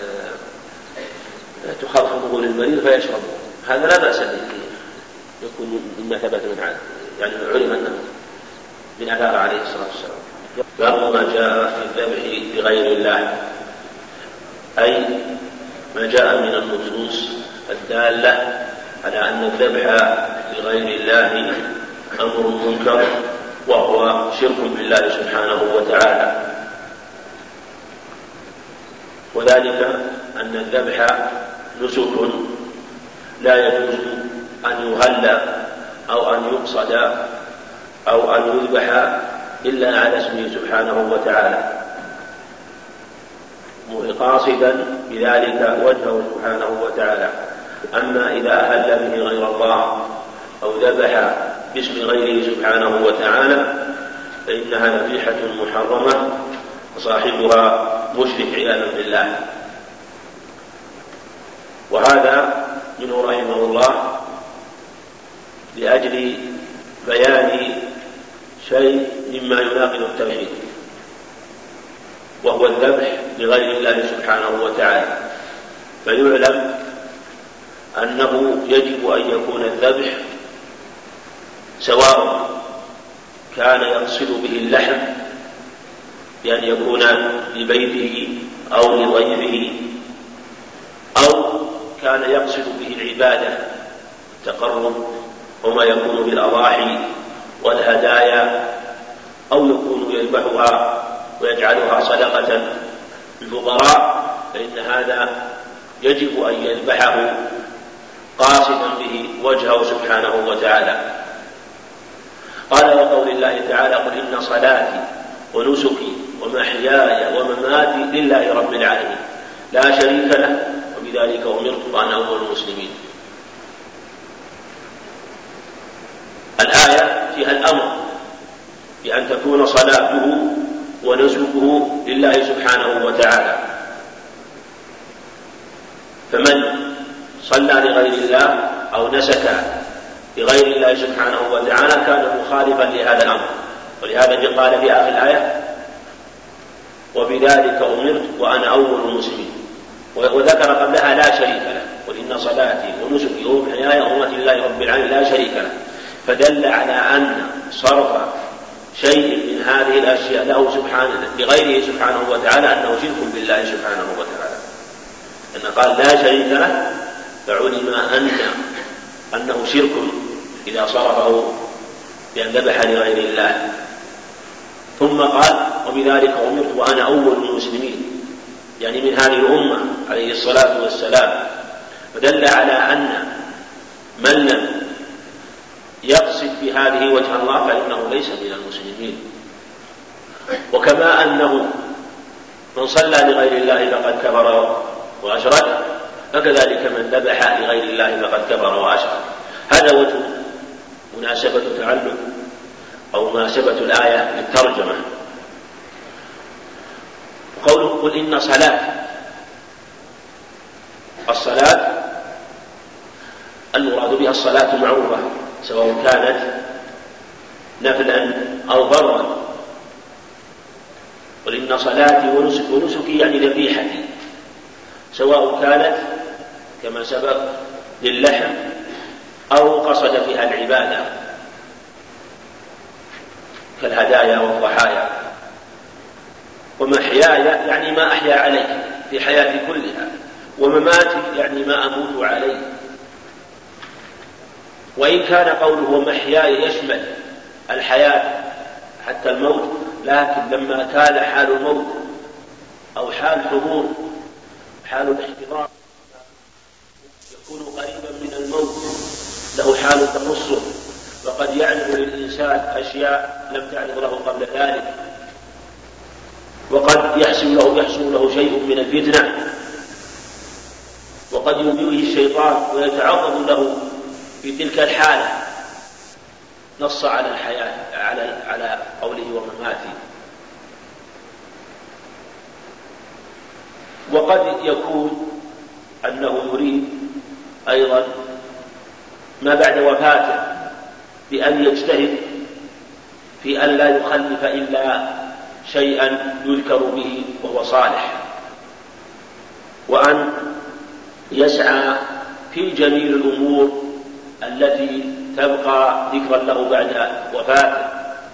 تخرخره للمريض فيشربه. هذا لا بأس به، يكون مما ثبت من عاد يعني علم أنه من آثار عليه الصلاة والسلام. باب ما جاء في الذبح لغير الله، أي ما جاء من النصوص الدالة على أن الذبح لغير الله أمر منكر وهو شرك بالله سبحانه وتعالى. وذلك أن الذبح نسك لا يجوز أن يهلى أو أن يقصد أو أن يذبح إلا على اسمه سبحانه وتعالى، قاصدا بذلك وجهه سبحانه وتعالى. أما إذا أهل به غير الله أو ذبح باسم غيره سبحانه وتعالى فإنها ذبيحة محرمة وصاحبها مشرك عياذا بالله. وهذا منه رحمه الله لأجل بيان شيء مما يناقض التوحيد، وهو الذبح لغير الله سبحانه وتعالى. فيعلم أنه يجب أن يكون الذبح سواء كان يقصد به اللحم بأن يكون لبيته أو لضيفه، أو كان يقصد به العبادة التقرب وما يكون بالأضاحي والهدايا، أو يكون يذبحها ويجعلها صدقة للفقراء، فإن هذا يجب أن يذبحه قاصدا به وجهه سبحانه وتعالى. قال وقول الله تعالى قل إن صلاتي ونسكي ومحياي ومماتي لله رب العالمين لا شريك له وبذلك أمرت وأنا أول المسلمين. الآية فيها الأمر بأن تكون صلاته ونسكه لله سبحانه وتعالى، فمن صلى لغير الله أو نسك لغير الله سبحانه وتعالى كان مخالفا لهذا الأمر. ولهذا قال في آخر الآية وبذلك أمرت وأنا أول المسلمين، وذكر قبلها لا شريك له قل إن صلاتي ونسكي ومحياي ومماتي لله رب العالمين لا شريك له، فدل على أن صرف شيء من هذه الأشياء له سبحانه لغيره سبحانه وتعالى أنه شرك بالله سبحانه وتعالى. أن قال لا شريك له فعلم أن أنه شرك إذا صرفه بأن ذبح لغير الله. ثم قال وبذلك أمرت وأنا أول المسلمين، يعني من هذه الأمة عليه الصلاة والسلام. فدل على أن من لم يقصد بهذه وجه الله فإنه ليس من المسلمين. وكما أنه من صلى لغير الله فقد كفر وأشرك، فكذلك من ذبح لغير الله فقد كفر وأشرك. هذا وجه مناسبة تعلق أو مناسبة الآية للترجمة. قوله قل إن صلاة، الصلاة المراد بها الصلاة معروفة سواء كانت نفلا أو فرضا. قل إن صلاتي ونسكي، ونسكي يعني ذبيحتي، سواء كانت كما سبق للحم أو قصد فيها العبادة كالهدايا والضحايا. ومحياي يعني ما أحيا عليه في حياتي كلها، ومماتي يعني ما أموت عليه. وإن كان قوله ومحياي يشمل الحياة حتى الموت، لكن لما كان حال الموت أو حال حضور حال الاحتضار يكون قريبا من الموت له حال تخصه، وقد يعرض للإنسان أشياء لم تعرض له قبل ذلك، وقد يحصل له, يحصل له شيء من الفتنة، وقد يبيه الشيطان ويتعرض له في تلك الحالة. نص على الحياة على على قوله ومماتي. وقد يكون أنه يريد أيضا ما بعد وفاته بأن يجتهد في أن لا يخلف إلا شيئا يذكر به وهو صالح، وأن يسعى في جميل الأمور التي تبقى ذكرا له بعد وفاته،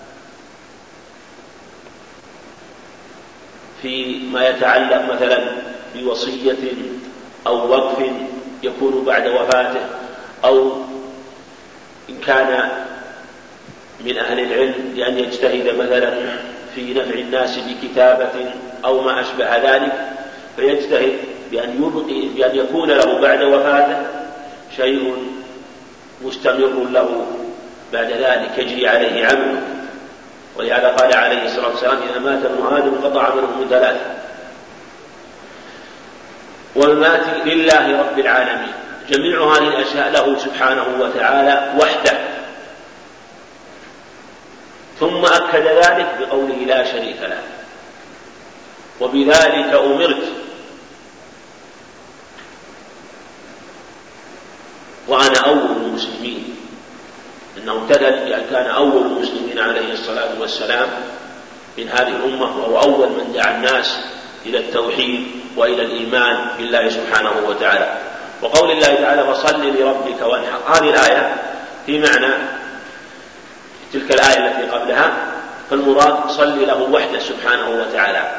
فيما يتعلق مثلا بوصية أو وقف يكون بعد وفاته، أو إن كان من أهل العلم بأن يجتهد مثلا في نفع الناس بكتابة أو ما أشبه ذلك، فيجتهد بأن يبقي بأن يكون له بعد وفاته شيء مستمر له بعد ذلك يجري عليه عمله. ولهذا قال عليه الصلاة والسلام إذا مات ابن آدم انقطع عمله من ثلاث. والمات لله رب العالمين، جميع هذه الأشياء له سبحانه وتعالى وحده. ثم أكد ذلك بقوله لا شريك له، وبذلك أمرت وأنا أول المسلمين. إنه امتدد بأن كان أول المسلمين عليه الصلاة والسلام من هذه الأمة، وهو أول من دعا الناس إلى التوحيد وإلى الإيمان بالله سبحانه وتعالى. وقول الله تعالى فصل لربك وانحر، هذه الآية في معنى تلك الآية التي قبلها، فالمراد صل له وحده سبحانه وتعالى،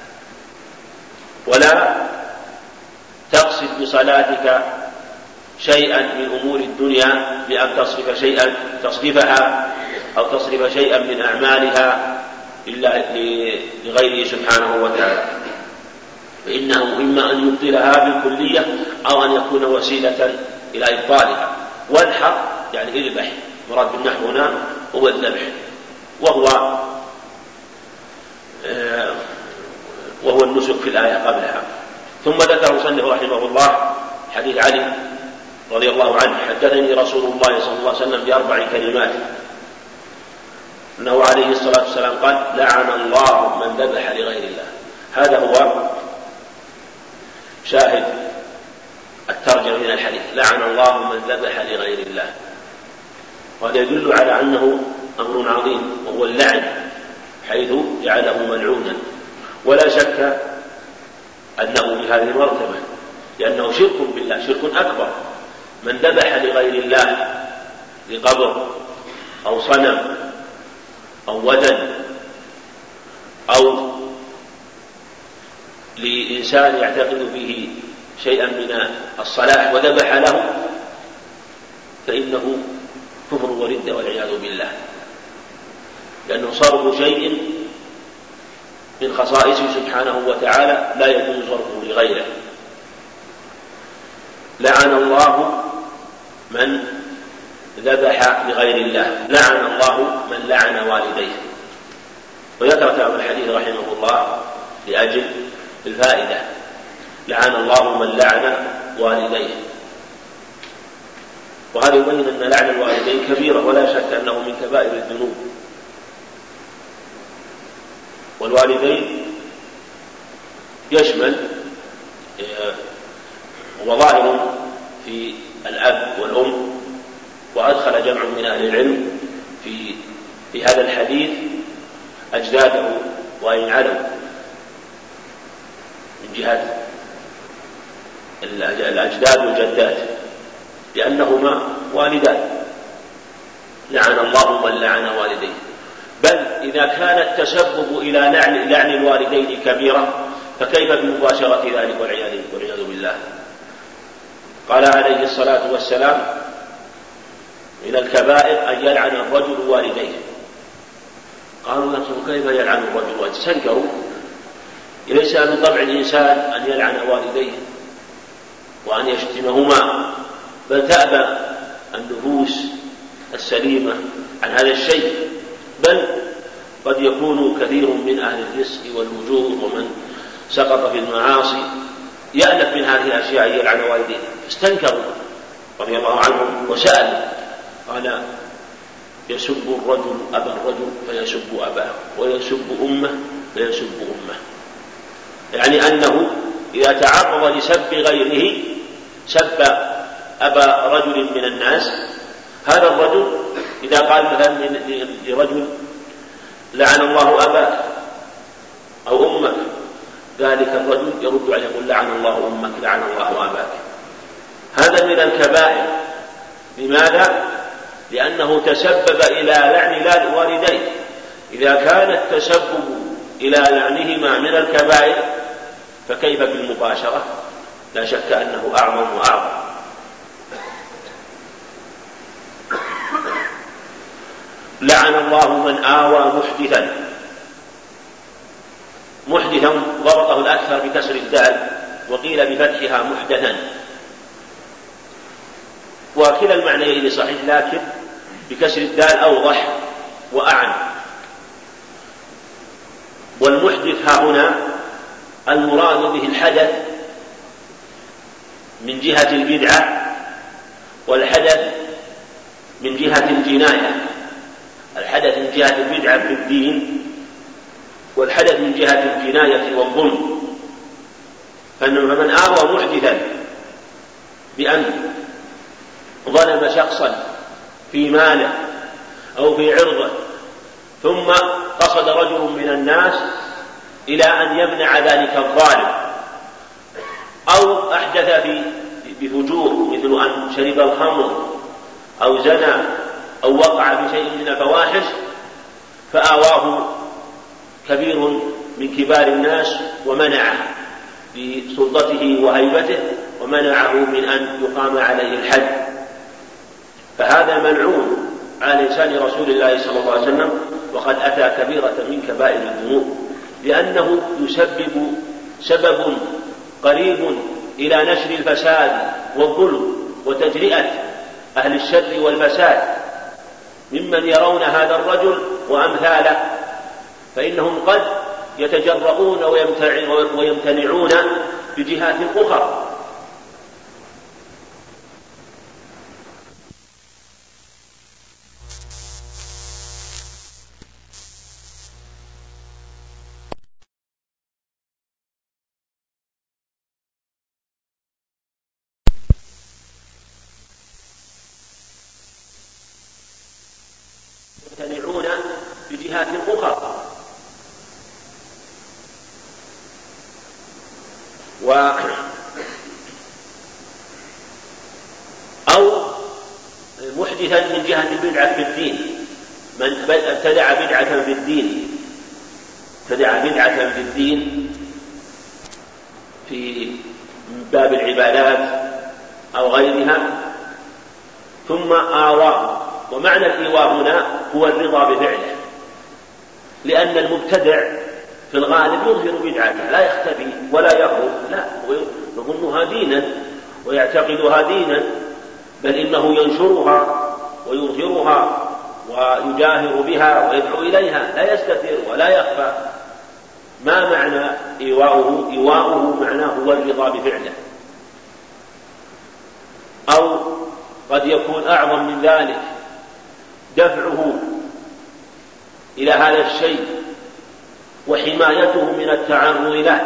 ولا تقصد بصلاتك شيئا من أمور الدنيا بأن تصرف شيئا تصرفها أو تصرف شيئا من أعمالها إلا لغيره سبحانه وتعالى، فإنه إما أن يبطلها بالكلية أو أن يكون وسيلة إلى إبطالها. والحق يعني اذبح، مراد بالنحو هنا هو الذبح، وهو آه وهو النسك في الآية قبلها. ثم ذكر المصنف رحمه الله حديث علي رضي الله عنه حدثني رسول الله صلى الله عليه وسلم بأربع كلمات، أنه عليه الصلاة والسلام قال لعن الله من ذبح لغير الله. هذا هو شاهد الترجمة من الحديث، لعن الله من ذبح لغير الله. وهذا يدل على أنه أمر عظيم وهو اللعن، حيث جعله ملعونا. ولا شك أنه بهذه المرتبة، لأنه شرك بالله، شرك أكبر. من ذبح لغير الله لقبر أو صنم أو وثن أو لإنسان يعتقد فيه شيئا من الصلاح وذبح له، فإنه كفر وردة والعياذ بالله، لأنه صرف شيء من خصائصه سبحانه وتعالى لا يجوز صرفه لغيره. لعن الله من ذبح لغير الله، لعن الله من لعن والديه. وذكر كتاب الحديث رحمه الله لأجل الفائدة، لعن الله من لعن والديه. وهذا يبين أن لعن الوالدين كبيرة ولا شك أنه من كبائر الذنوب. والوالدين يشمل وظاهر في الأب والأم، وأدخل جمع من أهل العلم في في هذا الحديث أجداده وإن علوا من جهة الأجداد والجدات، لأنهما والدان، لعن الله من لعن والديه. بل إذا كان التسبب إلى لعن, لعن الوالدين كبيرة فكيف بمباشرة ذلك والعياذ بالله. قال عليه الصلاة والسلام من الكبائر أن يلعن الرجل والديه. قالوا يا رسول كيف يلعن الرجل والديه؟ استنكروا، ليس من طبع الإنسان أن يلعن والديه وأن يشتمهما، بل تأبى النفوس السليمة عن هذا الشيء، بل قد يكون كثير من أهل الفسق والفجور ومن سقط في المعاصي يألف من هذه الأشياء يلعن والديه. استنكروا رضي الله عنهم وسأل، قال يسب الرجل أبا الرجل فيسب أباه، ويسب أمه فيسب أمه، يعني أنه إذا تعرض لسب غيره سب أبا رجل من الناس، هذا الرجل إذا قال مثلا لرجل لعن الله أباك أو أمك، ذلك الرجل يرد عليه يقول لعن الله أمك لعن الله أباك. هذا من الكبائر. لماذا؟ لأنه تسبب إلى لعن والديه. إذا كان التسبب إلى لعنهما من الكبائر فكيف بالمباشرة؟ لا شك أنه أعظم وأعظم. لعن الله من آوى محدثا. محدثا ضبطه الأكثر بكسر الدال، وقيل بفتحها محدثا، وكلا المعنيين صحيح، لكن بكسر الدال أوضح وأعن. والمحدث ها هنا المراد به الحدث من جهة البدعة، والحدث من جهة الجناية. الحدث من جهة البدعة في الدين، والحدث من جهة الجناية والظلم. فمن آوى محدثا بأن ظلم شخصا في ماله أو في عرضه، ثم قصد رجل من الناس إلى أن يمنع ذلك الظالم، أو أحدث في بفجور مثل أن شرب الخمر أو زنى أو وقع في شيء من الفواحش، فآواه كبير من كبار الناس ومنعه بسلطته وهيبته، ومنعه من أن يقام عليه الحد، فهذا ملعون على لسان رسول الله صلى الله عليه وسلم، وقد أتى كبيرة من كبائر الذنوب، لأنه يسبب سبب قريب إلى نشر الفساد والظلم وتجرئة أهل الشر والفساد ممن يرون هذا الرجل وأمثاله، فإنهم قد يتجرؤون ويمتنعون بجهات أخرى. يمتنعون بجهات أخرى. و أو محدثا من جهة البدعة في الدين، من ابتدع بدعة في الدين ابتدع بدعة في الدين في باب العبادات أو غيرها، ثم آواه. ومعنى الإيواء هنا هو الرضا بفعله، لأن المبتدع في الغالب يظهر بدعته لا يختفي ولا يهرب، لا، يظنها دينا ويعتقدها دينا، بل إنه ينشرها ويظهرها ويجاهر بها ويدعو إليها، لا يستتر ولا يخفى. ما معنى إيواؤه؟ إيواؤه معناه هو الرضا بفعله، أو قد يكون أعظم من ذلك دفعه إلى هذا الشيء وحمايته من التعرض له،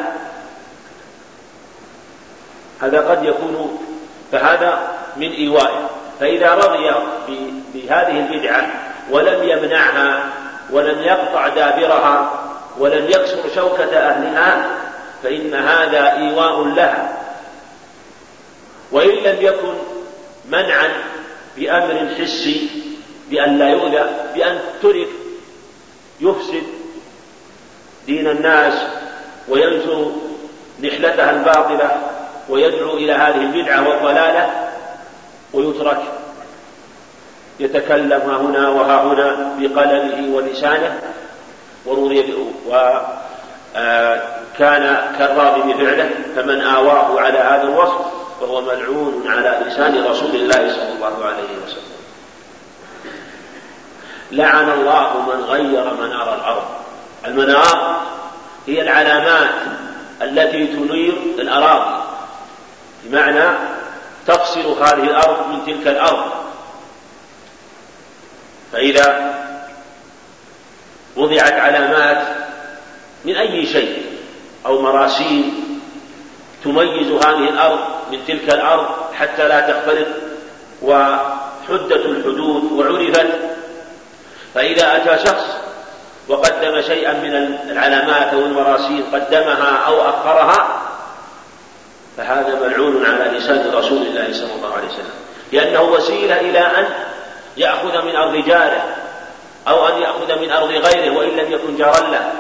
هذا قد يكون، فهذا من إيوائه. فإذا رضي بهذه البدعة ولم يمنعها ولم يقطع دابرها ولم يكسر شوكة أهلها فإن هذا إيواء لها. وإن لم يكن منعا بأمر حسي بأن لا يؤذى، بأن ترك يفسد دين الناس وينشر نحلتها الباطلة ويدعو إلى هذه البدعة والضلالة، ويترك يتكلم ها هنا وها هنا بقلمه ولسانه وكان كالراضي بفعله، فمن آواه على هذا الوصف فهو ملعون على لسان رسول الله صلى الله عليه وسلم. لعن الله من غير منار الأرض. المنار هي العلامات التي تنير الأراضي، بمعنى تفصل هذه الأرض من تلك الأرض. فإذا وضعت علامات من أي شيء أو مراسيم تميز هذه الأرض من تلك الأرض حتى لا تختلط وحدة الحدود وعرفت، فإذا أتى شخص وقدم شيئا من العلامات أو المراسيم قدمها أو أخرها فهذا ملعون على لسان رسول الله صلى الله عليه وسلم، لأنه وسيلة إلى أن يأخذ من أرض جاره أو أن يأخذ من أرض غيره وإن لم يكن جارا له،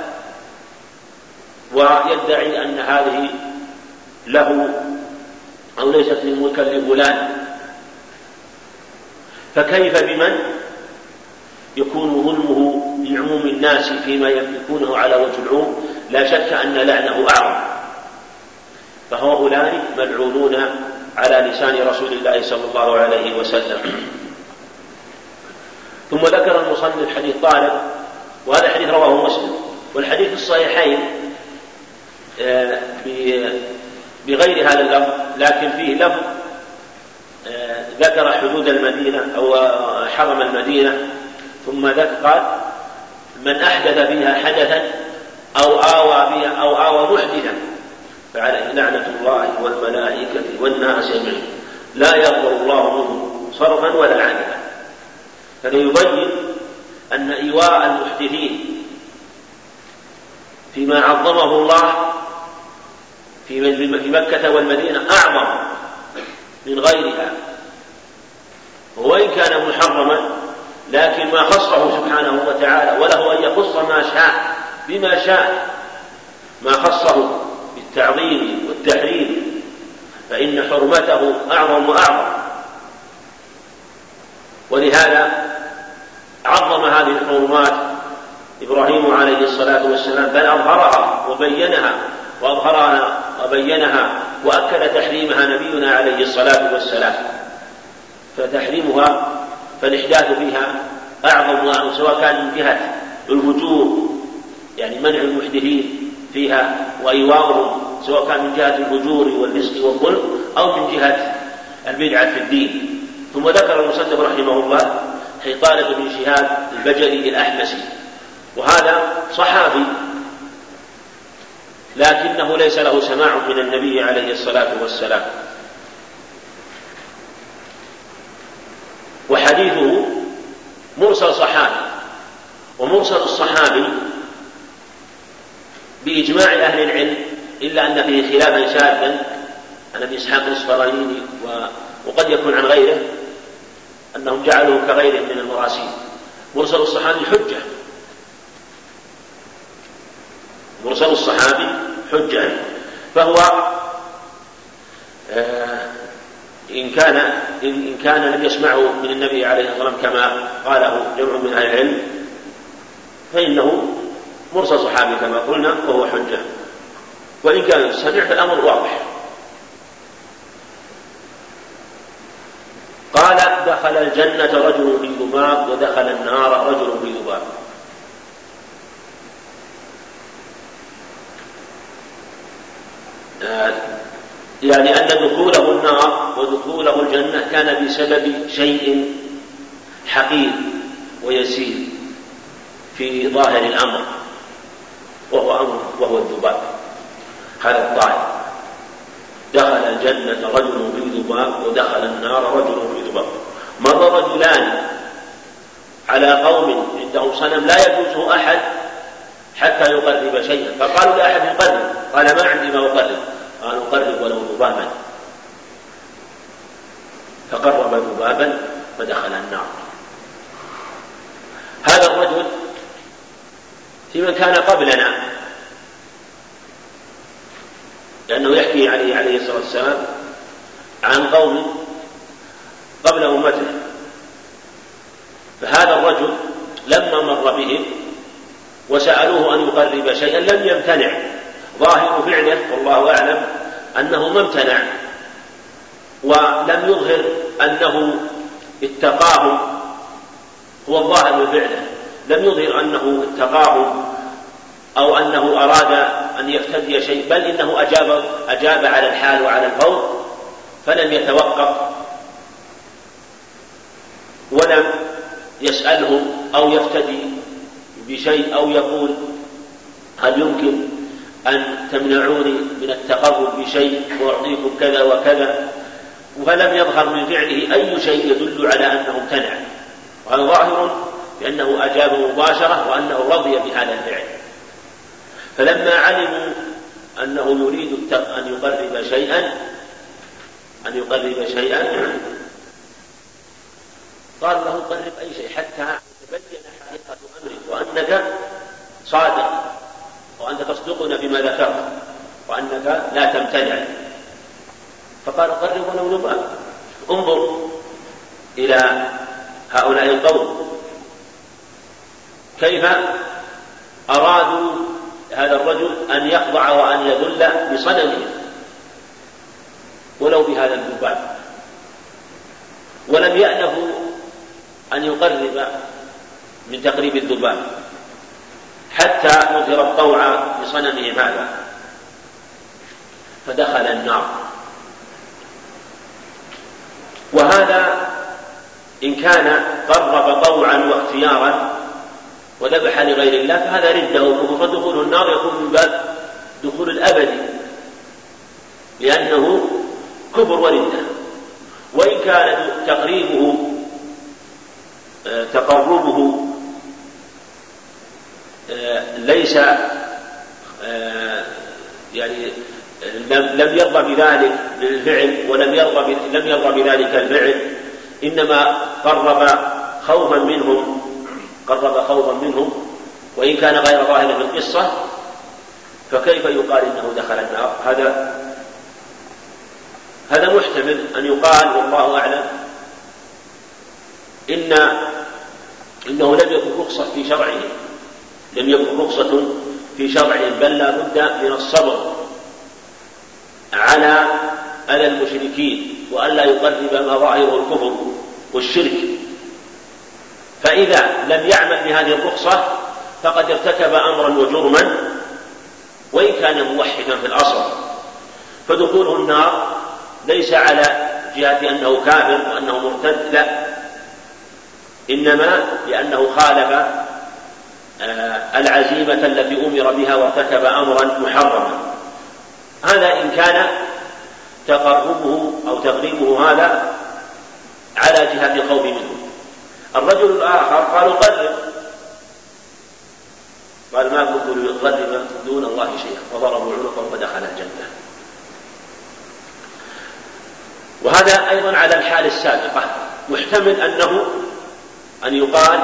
ويدعي أن هذه له أو ليست من ملكا لفلان. فكيف بمن يكون ظلمه لعموم الناس فيما يملكونه على وجه العموم؟ لا شك أن لعنه أعظم. فهؤلاء ملعونون على لسان رسول الله صلى الله عليه وسلم. ثم ذكر المصنف حديث طالب، وهذا حديث رواه مسلم، والحديث الصحيحين بغير هذا اللفظ، لكن فيه لفظ ذكر حدود المدينة أو حرم المدينة، ثم ذكر قال من أحدث فيها حدثا أو آوى بها أو آوى محدثا فعليه لعنة الله والملائكة والناس أجمعين لا يغفر الله منه صرفا ولا عدلا. فليبين أن إيواء المحدثين فيما عظمه الله في مكة والمدينة أعظم من غيرها، وإن كان محرما لكن ما خصه سبحانه وتعالى، وله أن يخص ما شاء بما شاء، ما خصه بالتعظيم والتحريم فإن حرمته أعظم وأعظم. ولهذا عظم هذه الحرمات إبراهيم عليه الصلاة والسلام، بل أظهرها وبينها وأظهرها وبينها وأكد تحريمها نبينا عليه الصلاة والسلام. فتحريمها فالإحداث فيها أعظم وأعظم، سواء كان من جهة الفجور يعني منع المحدثين فيها وإيواؤهم، سواء كان من جهة الفجور والفسق والظلم أو من جهة البدعة في الدين. ثم ذكر المصنف رحمه الله حيطانة بن شهاب البجلي الأحمسي، وهذا صحابي لكنه ليس له سماع من النبي عليه الصلاة والسلام، وحديثه مرسل صحابي، ومرسل الصحابي بإجماع أهل العلم إلا أن فيه خلافا شاذا عن أبي إسحاق الإصفراني وقد يكون عن غيره أنهم جعلوه كغيره من المراسيل. مرسل الصحابي حجة، مرسل الصحابي حجة، فهو آه إن كان إن كان لم يسمعه من النبي عليه الصلاة والسلام كما قاله جمع من أهل العلم فإنه مرسل صحابي كما قلنا وهو حجة، وإن كان سمع فالأمر واضح. قال دخل الجنة رجل في ذباب ودخل النار رجل في ذباب. يعني أن دخوله النار ودخوله الجنة كان بسبب شيء حقير ويسير في ظاهر الأمر، وهو أمر وهو الذباب. هذا الطائر دخل الجنة رجل في ذباب ودخل النار رجل في ذباب. مر رجلان على قوم عندهم صنم لا يجوزه أحد حتى يقرب شيئا، فقالوا لأحد يقرب، قال ما عندي ما أقرب، قالوا قرب ولو ذبابا، فقرب ذبابا فدخل النار. هذا الرجل في من كان قبلنا، لأنه يحكي عليه عليه الصلاة والسلام عن قوم قبل أمته، فهذا الرجل لما مر بهم وسألوه أن يقرب شيئا لم يمتنع، ظاهر فعله والله أعلم أنه ما امتنع، ولم يظهر أنه اتقاهم، هو الظاهر من فعله لم يظهر أنه اتقاهم أو أنه أراد أن يفتدي شيء، بل إنه أجاب, أجاب على الحال وعلى الفور، فلم يتوقف ولم يسألهم أو يفتدي بشيء أو يقول هل يمكن أن تمنعوني من التقرب بشيء وأعطيكم كذا وكذا، فلم يظهر من فعله أي شيء يدل على أنه امتنع، وهذا ظاهر بأنه أجاب مباشرة وأنه رضي بهذا الفعل. فلما علموا أنه يريد أن يقرب شيئا أن يقرب شيئا قال له قرب أي شيء حتى تبين حقيقة أمرك وأنك صادق وأنت تصدقنا بما ذكرت وأنك لا تمتنع. فقال قرب ولو ذباب. انظر إلى هؤلاء القوم كيف أرادوا هذا الرجل أن يخضع وأن يذل بصنمه ولو بهذا الذباب، ولم يأنفوا أن يقرب من تقريب الذباب حتى يظهر الطوع بصنمهم هذا، فدخل النار. وهذا إن كان قرب طوعا واختيارا وذبح لغير الله فهذا ردة وكفر، فدخول النار يكون من باب دخول الأبدي لأنه كفر وردة. وإن كان تقريبه تقربه ليس يعني لم يرضى بذلك بالفعل ولم يرضى لم يرضى بذلك الفعل، إنما قرب خوفا منهم قرب خوفا منهم وإن كان غير ظاهر في القصة، فكيف يقال إنه دخل النار؟ هذا هذا محتمل أن يقال والله أعلم إن إنه لم يكن رخصة في شرعه لم يكن رخصة في شرعه بل لا بد من الصبر على أذى المشركين وألا يقرب ما ظاهره الكفر والشرك. فإذا لم يعمل بهذه الرخصة فقد ارتكب أمرا وجرما وإن كان موحدا في الأصل، فدخوله النار ليس على جهة أنه كافر وأنه مرتد، لا، إنما لأنه خالف العزيمة التي أمر بها وارتكب أمرا محرما. هذا إن كان تقربه أو تقريبه هذا على جهة الخوف منه. الرجل الآخر قالوا قرب، قال ما كنت لأقرب دون الله شيئا، فضربوا عنقه ودخل الجنة. وهذا أيضا على الحال السابقة، محتمل أنه أن يقال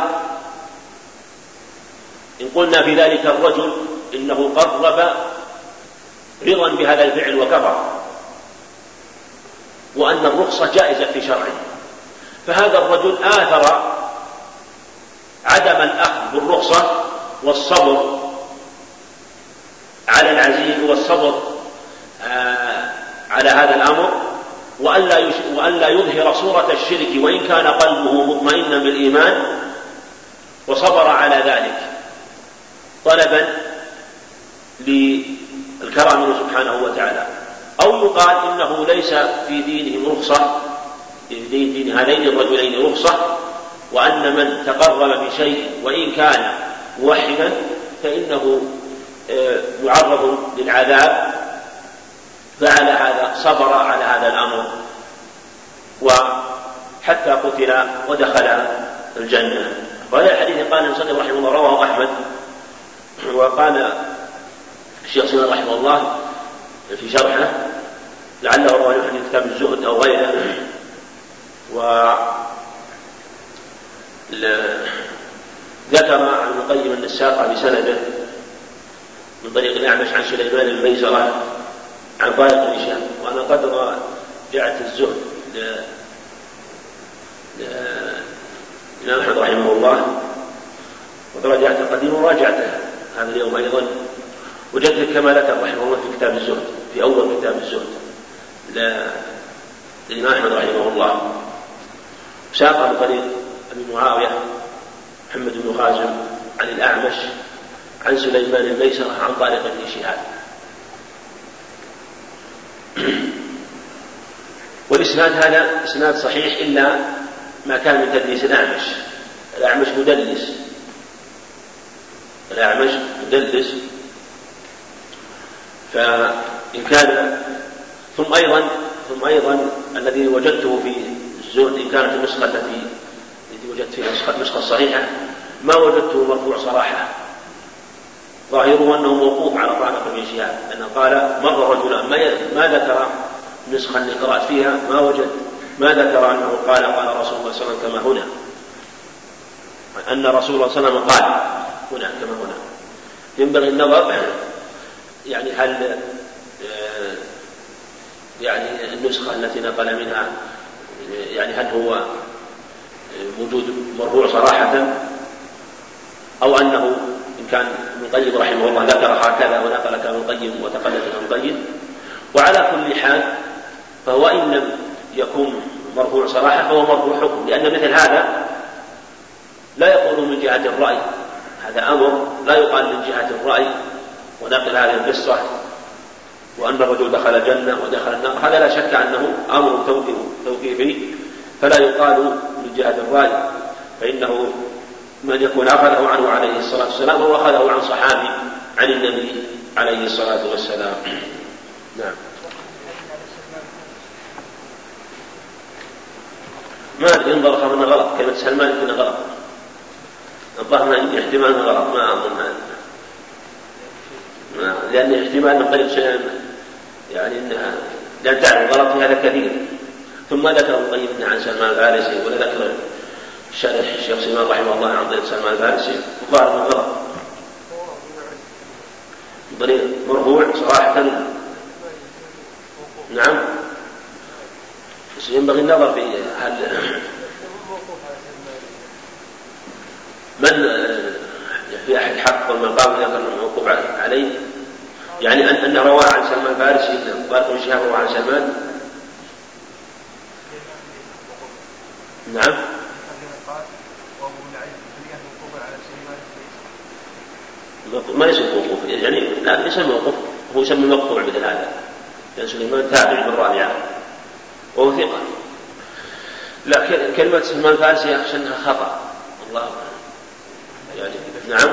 إن قلنا في ذلك الرجل إنه قرب رضا بهذا الفعل وكفر، وأن الرخصة جائزة في شرعه. فهذا الرجل آثر عدم الأخذ بالرخصة والصبر على العزيز والصبر على هذا الأمر، وألا يظهر صورة الشرك وإن كان قلبه مطمئنا بالإيمان، وصبر على ذلك طلبا للكرم منه سبحانه وتعالى. أو يقال إنه ليس في دينهم رخصة، في دين هذين الرجلين رخصة، وأن من تقرب بشيء وإن كان موحدا فإنه معرض للعذاب، فعلى هذا صبر على هذا الأمر وحتى قتل ودخل الجنة. وهذا الحديث قال المصنف رحمه الله رواه أحمد، وقال الشيخ سلمان رحمه الله في شرحه لعله رواه في كتاب الزهد أو غيره، وذكر عن ابن القيم أن الساق بسنده من طريق الأعمش عن سليمان الميسرة عن طارق بن شهاب. وأنا قد رجعت الزهد لإمام أحمد رحمه الله، وقد رجعت القديم وراجعته هذا اليوم أيضا، وجدت كما ذكر رحمه الله في كتاب الزهد، في أول كتاب الزهد للإمام أحمد رحمه الله. ساق من طريق أبي معاوية محمد بن خازم عن الأعمش عن سليمان الميسرة عن طارق بن شهاب. والإسناد هذا إسناد صحيح إلا ما كان من تدليس الأعمش. الأعمش مدلس، الأعمش مدلس فإن كان ثم أيضا ثم أيضا الذي وجدته في الزهد إن كانت النسخة التي وجدت فيها النسخة الصحيحة ما وجدته مرفوع صراحة، ظاهره أنه موقوف على طارق بن شهاب، لأنه قال مر رجلان، ما ذكر نسخة اللي قرأت فيها ما وجد ما ذكر أنه قال قال رسول الله صلى الله عليه وسلم كما هنا، أن رسول الله صلى الله عليه وسلم قال هنا كما هنا. ينبغي النظر يعني هل يعني النسخة التي نقل منها يعني هل هو موجود مرفوع صراحة، أو أنه إن كان ابن القيم رحمه الله ذكر هكذا ونقل كلام ابن القيم وتقلد ابن القيم. وعلى كل حال فهو إن لم يكن مرفوع صراحة فهو مرفوع حكم، لأن مثل هذا لا يقول من جهة الرأي، هذا أمر لا يقال من جهة الرأي ونقل هذه القصة وأن الرجل دخل الجنة ودخل النار، هذا لا شك أنه أمر توقيفي فلا يقال من جهة الرأي، فإنه من يكون أخذه عنه عليه الصلاة والسلام هو أخذه عن صحابي عن النبي عليه الصلاة والسلام. نعم. ما ينظر خبرنا غلط، كلمة سلمان يكون غلط، الظاهر احتمال غلط، ما أظن ما لأن احتمال من طريق شيء يعني إنها لأن تعرف غلط في هذا كثير. ثم ذكر ابن القيم عن سلمان الفارسي، ولا ذكر الشارح الشيخ سلمان رحمه الله عن طريق سلمان الفارسي وقال من غلط من طريق مرفوع صراحة. نعم، بس ينبغي النظر في هل من في أحد حق والمقام ذكر الموقوف عليه، يعني أن أنه رواه عن سلمان الفارسي طارق بن شهاب رواه عن سلمان. نعم. ما يسمى موقوف، يعني لا يسمى موقوف، هو يسمى مقطوع مثل هذا، لأن سليمان تابع من رابعة وهو ثقة. لا كلمة سلمان الفارسي أخشى أنها خطأ الله يعني. نعم.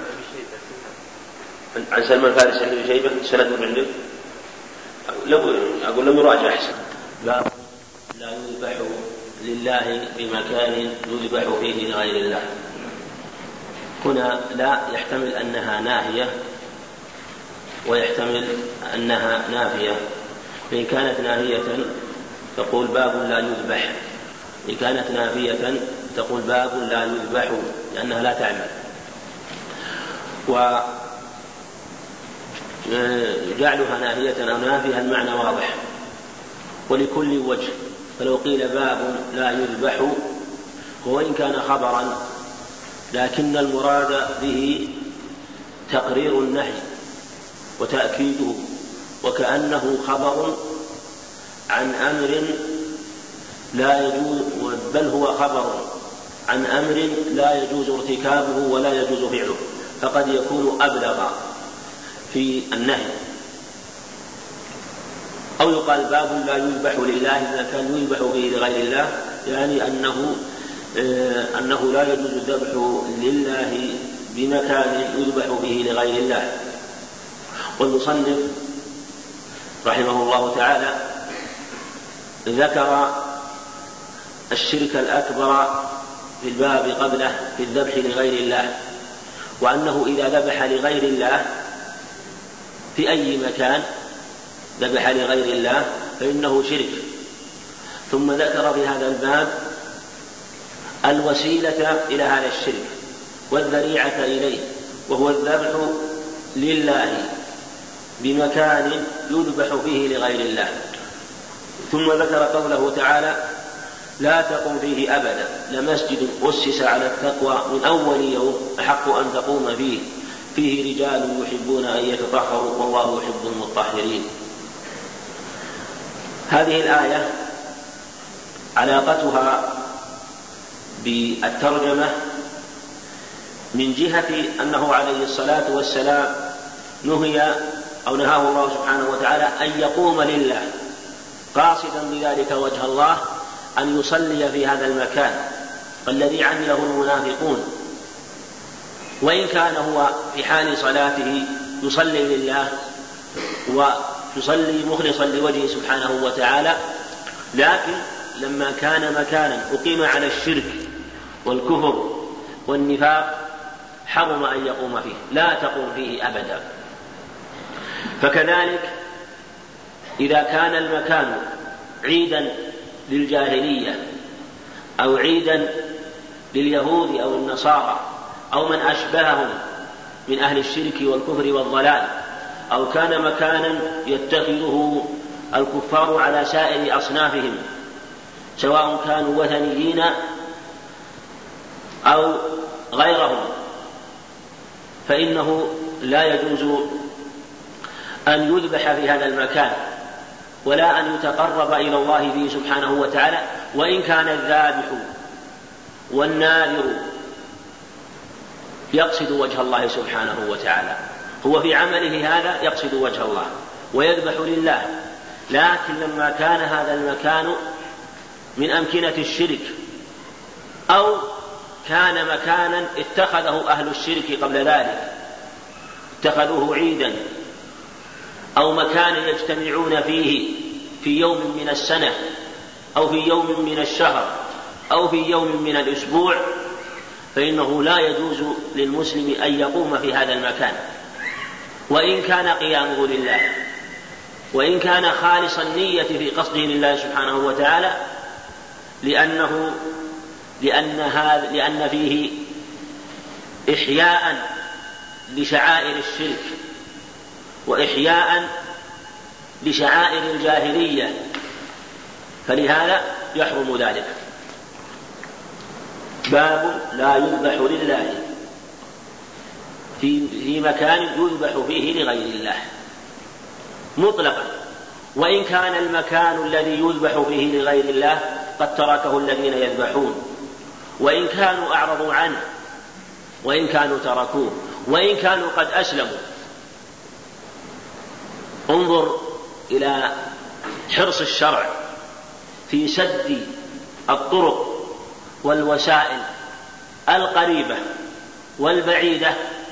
عن سلمان الفارسي عن ابن شيبة سند عنده، لو أقول لم يراجع أحسن. لا لا يذبح لله بمكان يذبح فيه لغير الله. هنا لا يحتمل أنها ناهية ويحتمل أنها نافية. فإن كانت ناهية تقول باب لا يذبح، إن كانت نافية تقول باب لا يذبح لأنها لا تعمل. وجعلها ناهية أو نافية المعنى واضح، ولكل وجه. فلو قيل باب لا يذبح وإن كان خبرا لكن المراد به تقرير النهي وتأكيده، وكأنه خبر عن أمر لا يجوز، بل هو خبر عن أمر لا يجوز ارتكابه ولا يجوز فعله، فقد يكون أبلغ في النهي. أو يقال باب لا يذبح لله إذا كان يذبح به لغير الله، يعني أنه آه أنه لا يجوز الذبح لله بمكان يذبح به لغير الله. والمصنف رحمه الله تعالى ذكر الشرك الأكبر في الباب قبله في الذبح لغير الله، وأنه إذا ذبح لغير الله في أي مكان ذبح لغير الله فإنه شرك. ثم ذكر في هذا الباب الوسيلة إلى هذا الشرك والذريعة إليه، وهو الذبح لله بمكان يذبح فيه لغير الله. ثم ذكر قوله تعالى لا تقم فيه أبدا لمسجد أسس على التقوى من أول يوم أحق أن تقوم فيه فيه رجال يحبون أن يتطهروا والله يحب المطهرين. هذه الآية علاقتها بالترجمة من جهة أنه عليه الصلاة والسلام نهي أو نهاه الله سبحانه وتعالى أن يقوم لله قاصدا بذلك وجه الله، أن يصلي في هذا المكان الذي عمله المنافقون، وإن كان هو في حال صلاته يصلي لله ويصلي مخلصا لوجهه سبحانه وتعالى، لكن لما كان مكانا أقيم على الشرك والكفر والنفاق حرم أن يقوم فيه، لا تقوم فيه أبدا. فكذلك إذا كان المكان عيدا للجاهلية أو عيدا لليهود أو النصارى أو من أشبههم من أهل الشرك والكفر والضلال، أو كان مكانا يتخذه الكفار على سائر أصنافهم سواء كانوا وثنيين أو غيرهم، فإنه لا يجوز أن يذبح في هذا المكان ولا أن يتقرب إلى الله به سبحانه وتعالى، وإن كان الذابح والناذر يقصد وجه الله سبحانه وتعالى، هو في عمله هذا يقصد وجه الله ويذبح لله. لكن لما كان هذا المكان من أمكنة الشرك أو كان مكانا اتخذه أهل الشرك قبل ذلك، اتخذوه عيدا أو مكانا يجتمعون فيه في يوم من السنة أو في يوم من الشهر أو في يوم من الأسبوع، فإنه لا يجوز للمسلم أن يقوم في هذا المكان، وإن كان قيامه لله، وإن كان خالص النية في قصده لله سبحانه وتعالى، لأنه لأن, هذا لأن فيه إحياء لشعائر الشرك وإحياء لشعائر الجاهلية، فلهذا يحرم ذلك. باب لا يذبح لله في, في مكان يذبح فيه لغير الله مطلقا، وإن كان المكان الذي يذبح فيه لغير الله قد تركه الذين يذبحون، وإن كانوا أعرضوا عنه، وإن كانوا تركوه، وإن كانوا قد أسلموا. انظر إلى حرص الشرع في سد الطرق والوسائل القريبة والبعيدة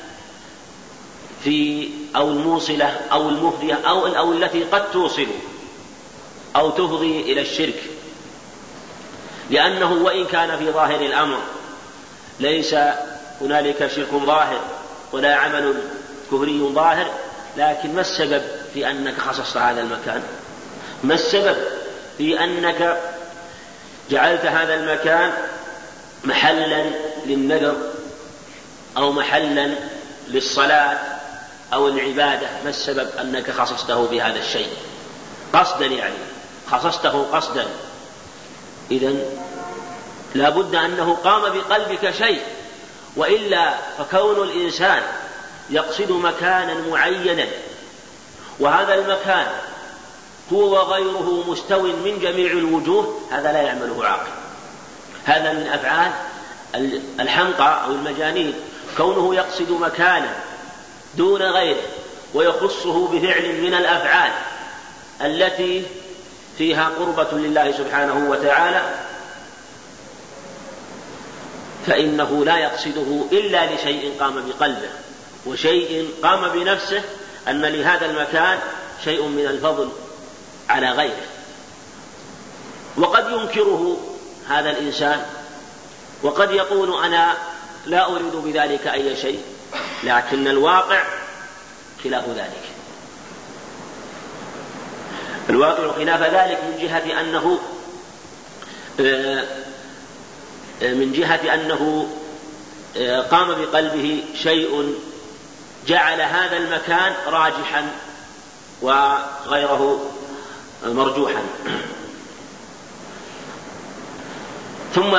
في أو الموصلة أو المفضية أو, أو التي قد توصل أو تفضي إلى الشرك، لأنه وإن كان في ظاهر الأمر ليس هنالك شرك ظاهر ولا عمل كفري ظاهر، لكن ما السبب في أنك خصصت هذا المكان؟ ما السبب في أنك جعلت هذا المكان محلا للنذر أو محلا للصلاة أو العبادة؟ ما السبب أنك خصصته بهذا الشيء قصدا يعني؟ خصصته قصدا، إذن لا بد أنه قام بقلبك شيء، وإلا فكون الإنسان يقصد مكانا معينا وهذا المكان هو وغيره مستو من جميع الوجوه، هذا لا يعمله عاقل. هذا من أفعال الحمقى أو المجانين، كونه يقصد مكانا دون غيره ويخصه بفعل من الأفعال التي فيها قربة لله سبحانه وتعالى، فإنه لا يقصده إلا لشيء قام بقلبه وشيء قام بنفسه أن لهذا المكان شيء من الفضل على غيره. وقد ينكره هذا الإنسان وقد يقول أنا لا أريد بذلك أي شيء، لكن الواقع خلاف ذلك. الواقع خلاف ذلك من جهة أنه من جهة أنه قام بقلبه شيء جعل هذا المكان راجحا وغيره مرجوحا. ثم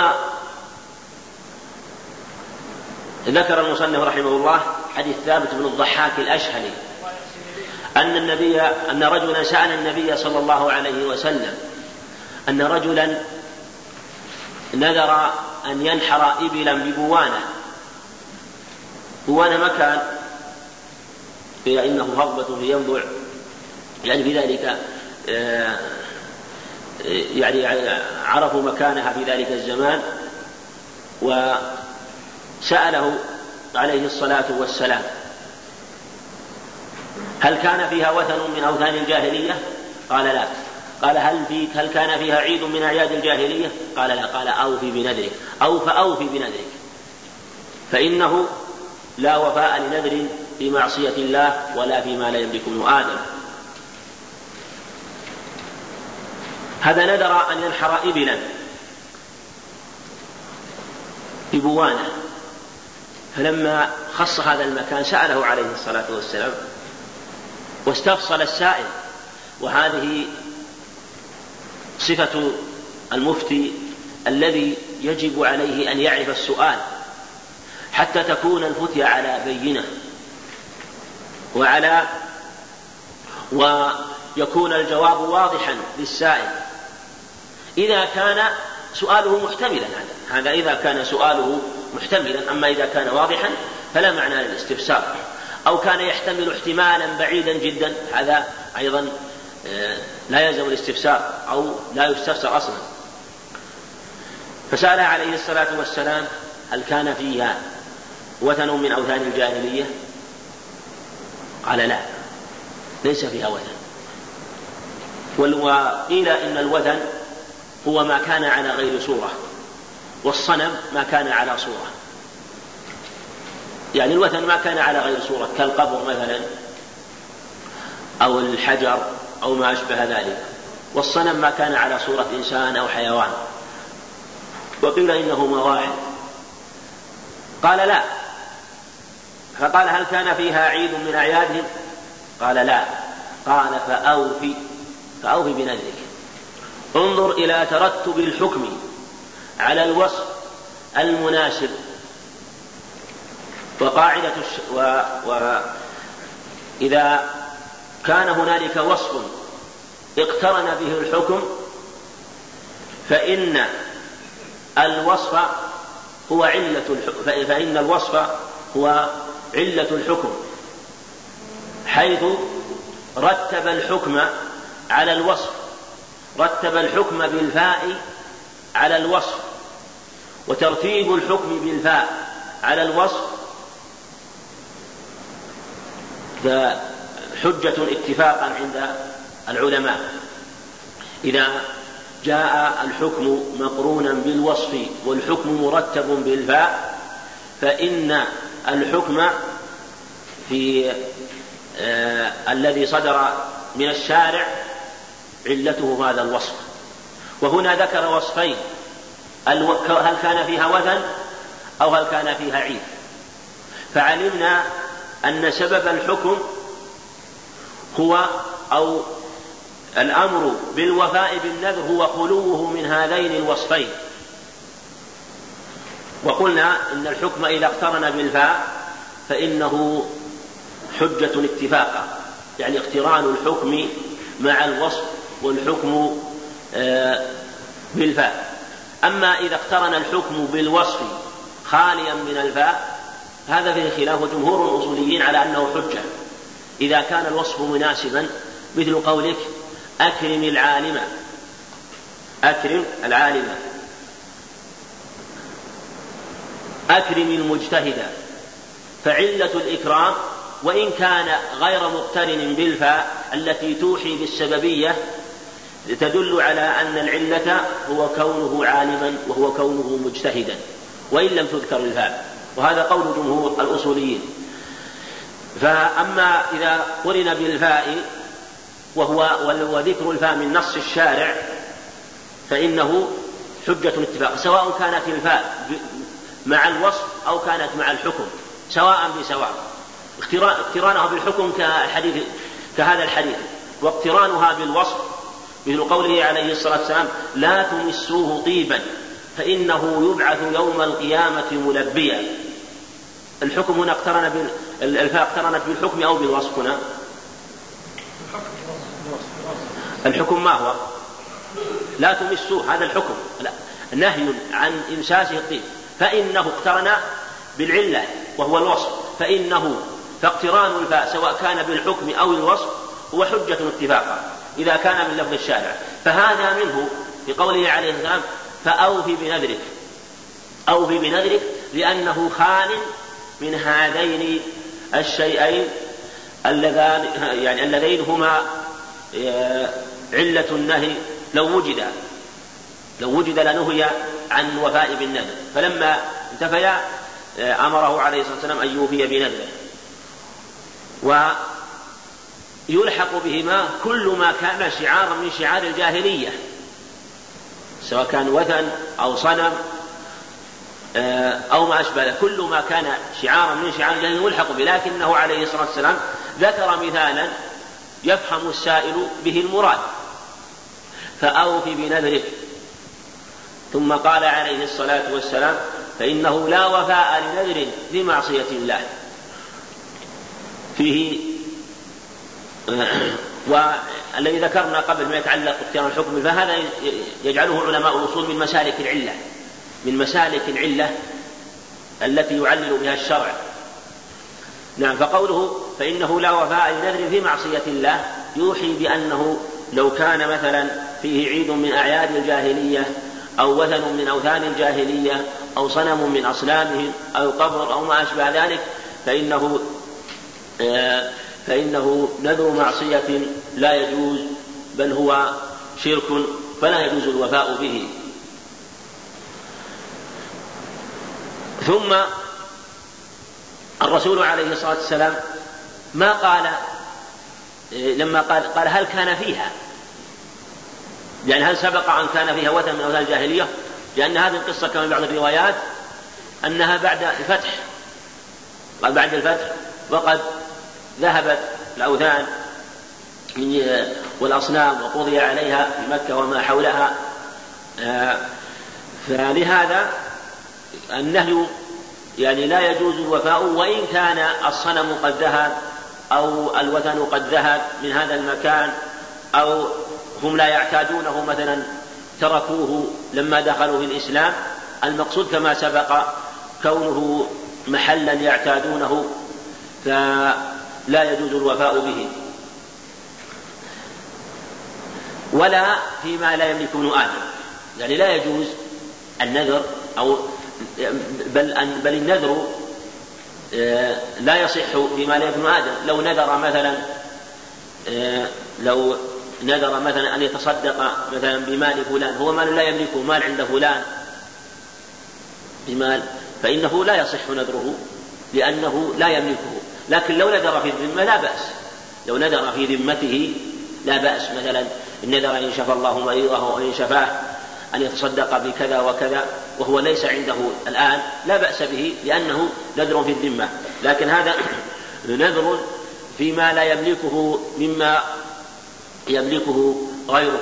ذكر المصنف رحمه الله حديث ثابت بن الضحاك الأشهلي أن النبي أن رجلا سأل النبي صلى الله عليه وسلم أن رجلا نذر أن ينحر إبلا ببوانة. بوانة مكان فإنه هضبة في ينبع، يعني بذلك يعني عرفوا مكانها في ذلك الزمان، وسأله عليه الصلاة والسلام هل كان فيها وثن من أوثان الجاهلية؟ قال لا. قال هل, في هل كان فيها عيد من أعياد الجاهلية؟ قال لا. قال أوفي بنذرك أو فأوفي بنذرك، فإنه لا وفاء لنذر في معصية الله ولا فيما لا يملك ابن آدم. هذا نذر أن ينحر إبلا ببوانة، فلما خص هذا المكان سأله عليه الصلاة والسلام واستفصل السائل، وهذه صفة المفتي الذي يجب عليه أن يعرف السؤال حتى تكون الفتية على بينة وعلى ويكون الجواب واضحا للسائل إذا كان سؤاله محتملا. هذا هذا إذا كان سؤاله محتملا، أما إذا كان واضحا فلا معنى للاستفسار، أو كان يحتمل احتمالا بعيدا جدا هذا أيضا لا يلزم الاستفسار أو لا يستفسر أصلا. فسأل عليه الصلاة والسلام هل كان فيها وثن من أوثان الجاهلية؟ قال لا، ليس فيها وثن. وقيل إن الوثن هو ما كان على غير صورة، والصنم ما كان على صورة. يعني الوثن ما كان على غير صورة كالقبر مثلا أو الحجر أو ما أشبه ذلك، والصنم ما كان على صورة إنسان أو حيوان. وقيل إنهما واحد. قال لا. فقال هل كان فيها عيد من أعيادهم؟ قال لا. قال فأوفي فأوفي بنذرك. انظر إلى ترتب الحكم على الوصف المناسب. وقاعدة الش... و... وإذا كان هنالك وصف اقترن به الحكم فإن الوصف هو علة الحكم فإن الوصف هو علة الحكم، حيث رتب الحكم على الوصف، رتب الحكم بالفاء على الوصف، وترتيب الحكم بالفاء على الوصف فحجة اتفاقا عند العلماء. إذا جاء الحكم مقرونا بالوصف والحكم مرتب بالفاء فإن الحكم في آه الذي صدر من الشارع علته هذا الوصف. وهنا ذكر وصفين، هل كان فيها وثن أو هل كان فيها عيد، فعلمنا أن سبب الحكم هو أو الأمر بالوفاء بالنذر هو خلوه من هذين الوصفين. وقلنا إن الحكم إذا اقترن بالفاء فإنه حجة اتفاقا، يعني اقتران الحكم مع الوصف والحكم بالفاء. أما إذا اقترن الحكم بالوصف خاليا من الفاء هذا فيه خلاف جمهور الأصوليين على أنه حجة إذا كان الوصف مناسبا، مثل قولك أكرم العالم، أكرم العالم، أكرم المجتهد، فعلة الإكرام وإن كان غير مقترن بالفاء التي توحي بالسببية تدل على أن العلة هو كونه عالما وهو كونه مجتهدا وإن لم تذكر الفاء، وهذا قول جمهور الأصوليين. فأما إذا قرن بالفاء وهو وذكر الفاء من نص الشارع فإنه حجة اتفاق، سواء كانت الفاء مع الوصف أو كانت مع الحكم سواء بسواء. اقترانها بالحكم كالحديث كهذا الحديث، واقترانها بالوصف مثل قوله عليه الصلاة والسلام لا تمسوه طيبا فإنه يبعث يوم القيامة ملبيا. الحكم هنا اقترن الفاء اقترنت بالحكم أو بالوصف؟ هنا الحكم ما هو؟ لا تمسوه، هذا الحكم، لا نهي عن إمساسه الطيب، فإنه اقترن بالعلة وهو الوصف، فإنه فاقتران الفاء سواء كان بالحكم أو الوصف هو حجة اتفاقا إذا كان من لفظ الشارع. فهذا منه في قوله عليه السلام فأوفي بنذرك، أوفي بنذرك لأنه خال من هذين الشيئين اللذان يعني اللذين هما علة النهي. لو وجد لو وجد لنهي عن وفاء بالنذر، فلما انتفيا أمره عليه الصلاة والسلام أن يوفي بنذره. ويلحق بهما كل ما كان شعارا من شعار الجاهلية سواء كان وثن أو صنم أو ما أشبه، كل ما كان شعارا من شعار الجاهلية يلحق به، لكنه عليه الصلاة والسلام ذكر مثالا يفهم السائل به المراد، فأوفي بنذرك، ثم قال عليه الصلاة والسلام فإنه لا وفاء لنذر بمعصية الله فيه. والذي ذكرنا قبل ما يتعلق باختيار الحكم فهذا يجعله علماء الأصول من مسالك العلة من مسالك العلة التي يعلل بها الشرع. نعم. فقوله فإنه لا وفاء لنذر في معصية الله يوحي بأنه لو كان مثلا فيه عيد من أعياد الجاهلية أو وثن من أوثان الجاهلية أو صنم من أصنامهم أو قبر أو ما أشبه ذلك فإنه آه فإنه نذر معصية لا يجوز، بل هو شرك فلا يجوز الوفاء به. ثم الرسول عليه الصلاة والسلام ما قال لما قال, قال هل كان فيها، يعني هل سبق أن كان فيها وثن من أوثان الجاهلية، لأن هذه القصة كما بعض الروايات أنها بعد الفتح قال بعد الفتح وقد ذهبت الأوثان والأصنام وقضي عليها في مكة وما حولها. فلهذا النهي يعني لا يجوز الوفاء وإن كان الصنم قد ذهب أو الوثن قد ذهب من هذا المكان أو هم لا يعتادونه مثلا تركوه لما دخلوا في الإسلام. المقصود كما سبق كونه محلا يعتادونه فلا يجوز الوفاء به، ولا فيما لا يملك ابن آدم، يعني لا يجوز النذر أو بل, أن بل النذر لا يصح فيما لا يملك ابن آدم. لو نذر مثلا لو نذر مثلا أن يتصدق مثلا بمال فلان، هو مال لا يملكه، مال عند فلان بمال، فإنه لا يصح نذره لأنه لا يملكه. لكن لو نذر في الذمة لا بأس، لو نذر في ذمته لا بأس، مثلا إن نذر إن شفى الله مريضه وإن شفاه أن يتصدق بكذا وكذا وهو ليس عنده الآن لا بأس به لأنه نذر في الذمة. لكن هذا نذر فيما لا يملكه مما يملكه غيره.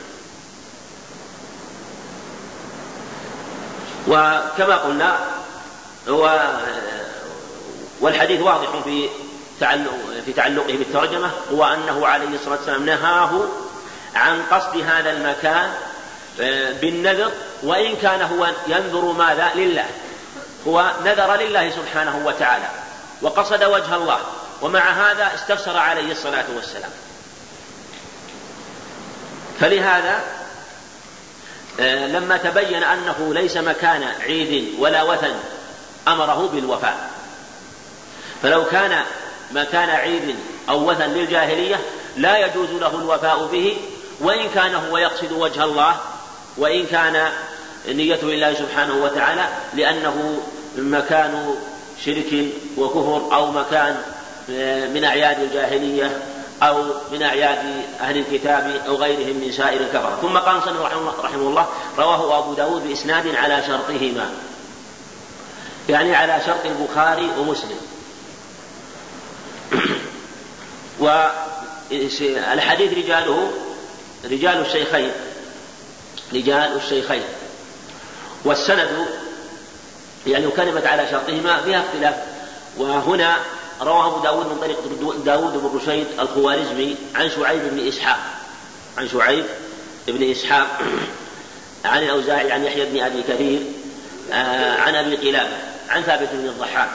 وكما قلنا هو والحديث واضح في تعلق في تعلقه بالترجمة، هو أنه عليه الصلاة والسلام نهاه عن قصد هذا المكان بالنذر، وإن كان هو ينذر ماذا لله، هو نذر لله سبحانه وتعالى وقصد وجه الله، ومع هذا استفسر عليه الصلاة والسلام. فلهذا لما تبين أنه ليس مكان عيد ولا وثن أمره بالوفاء. فلو كان مكان عيد أو وثن للجاهلية لا يجوز له الوفاء به، وإن كان هو يقصد وجه الله، وإن كان نيته لله سبحانه وتعالى، لأنه مكان شرك وكفر أو مكان من أعياد الجاهلية أو من أعياد أهل الكتاب أو غيرهم من سائر الكفرة. ثم قال صلى الله رحمه الله: رواه أبو داود بإسناد على شرطهما، يعني على شرط البخاري ومسلم. والحديث رجاله رجال الشيخين رجال الشيخين والسند يعني كلمة على شرطهما فيها اختلاف. وهنا رواه أبو داود من طريق داود بن رشيد الخوارزمي عن شعيب بن إسحاق عن شعيب بن إسحاق عن الأوزاعي عن يحيى بن أبي كثير عن أبي قلابة عن ثابت بن الضحاك.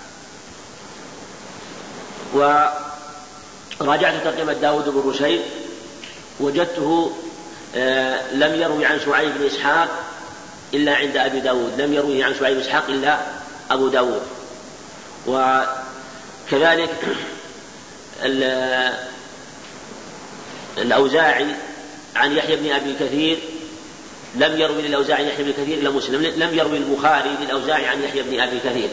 وراجعت ترجمة داود بن رشيد وجدته لم يروي عن شعيب بن إسحاق إلا عند أبي داود، لم يروي عن شعيب بن إسحاق إلا أبو داود. وكذلك الأوزاعي عن يحيى بن أبي كثير لم يروي للأوزاعي يحيى بن كثير إلا مسلم، لم يروي البخاري للأوزاعي عن يحيى بن أبي كثير.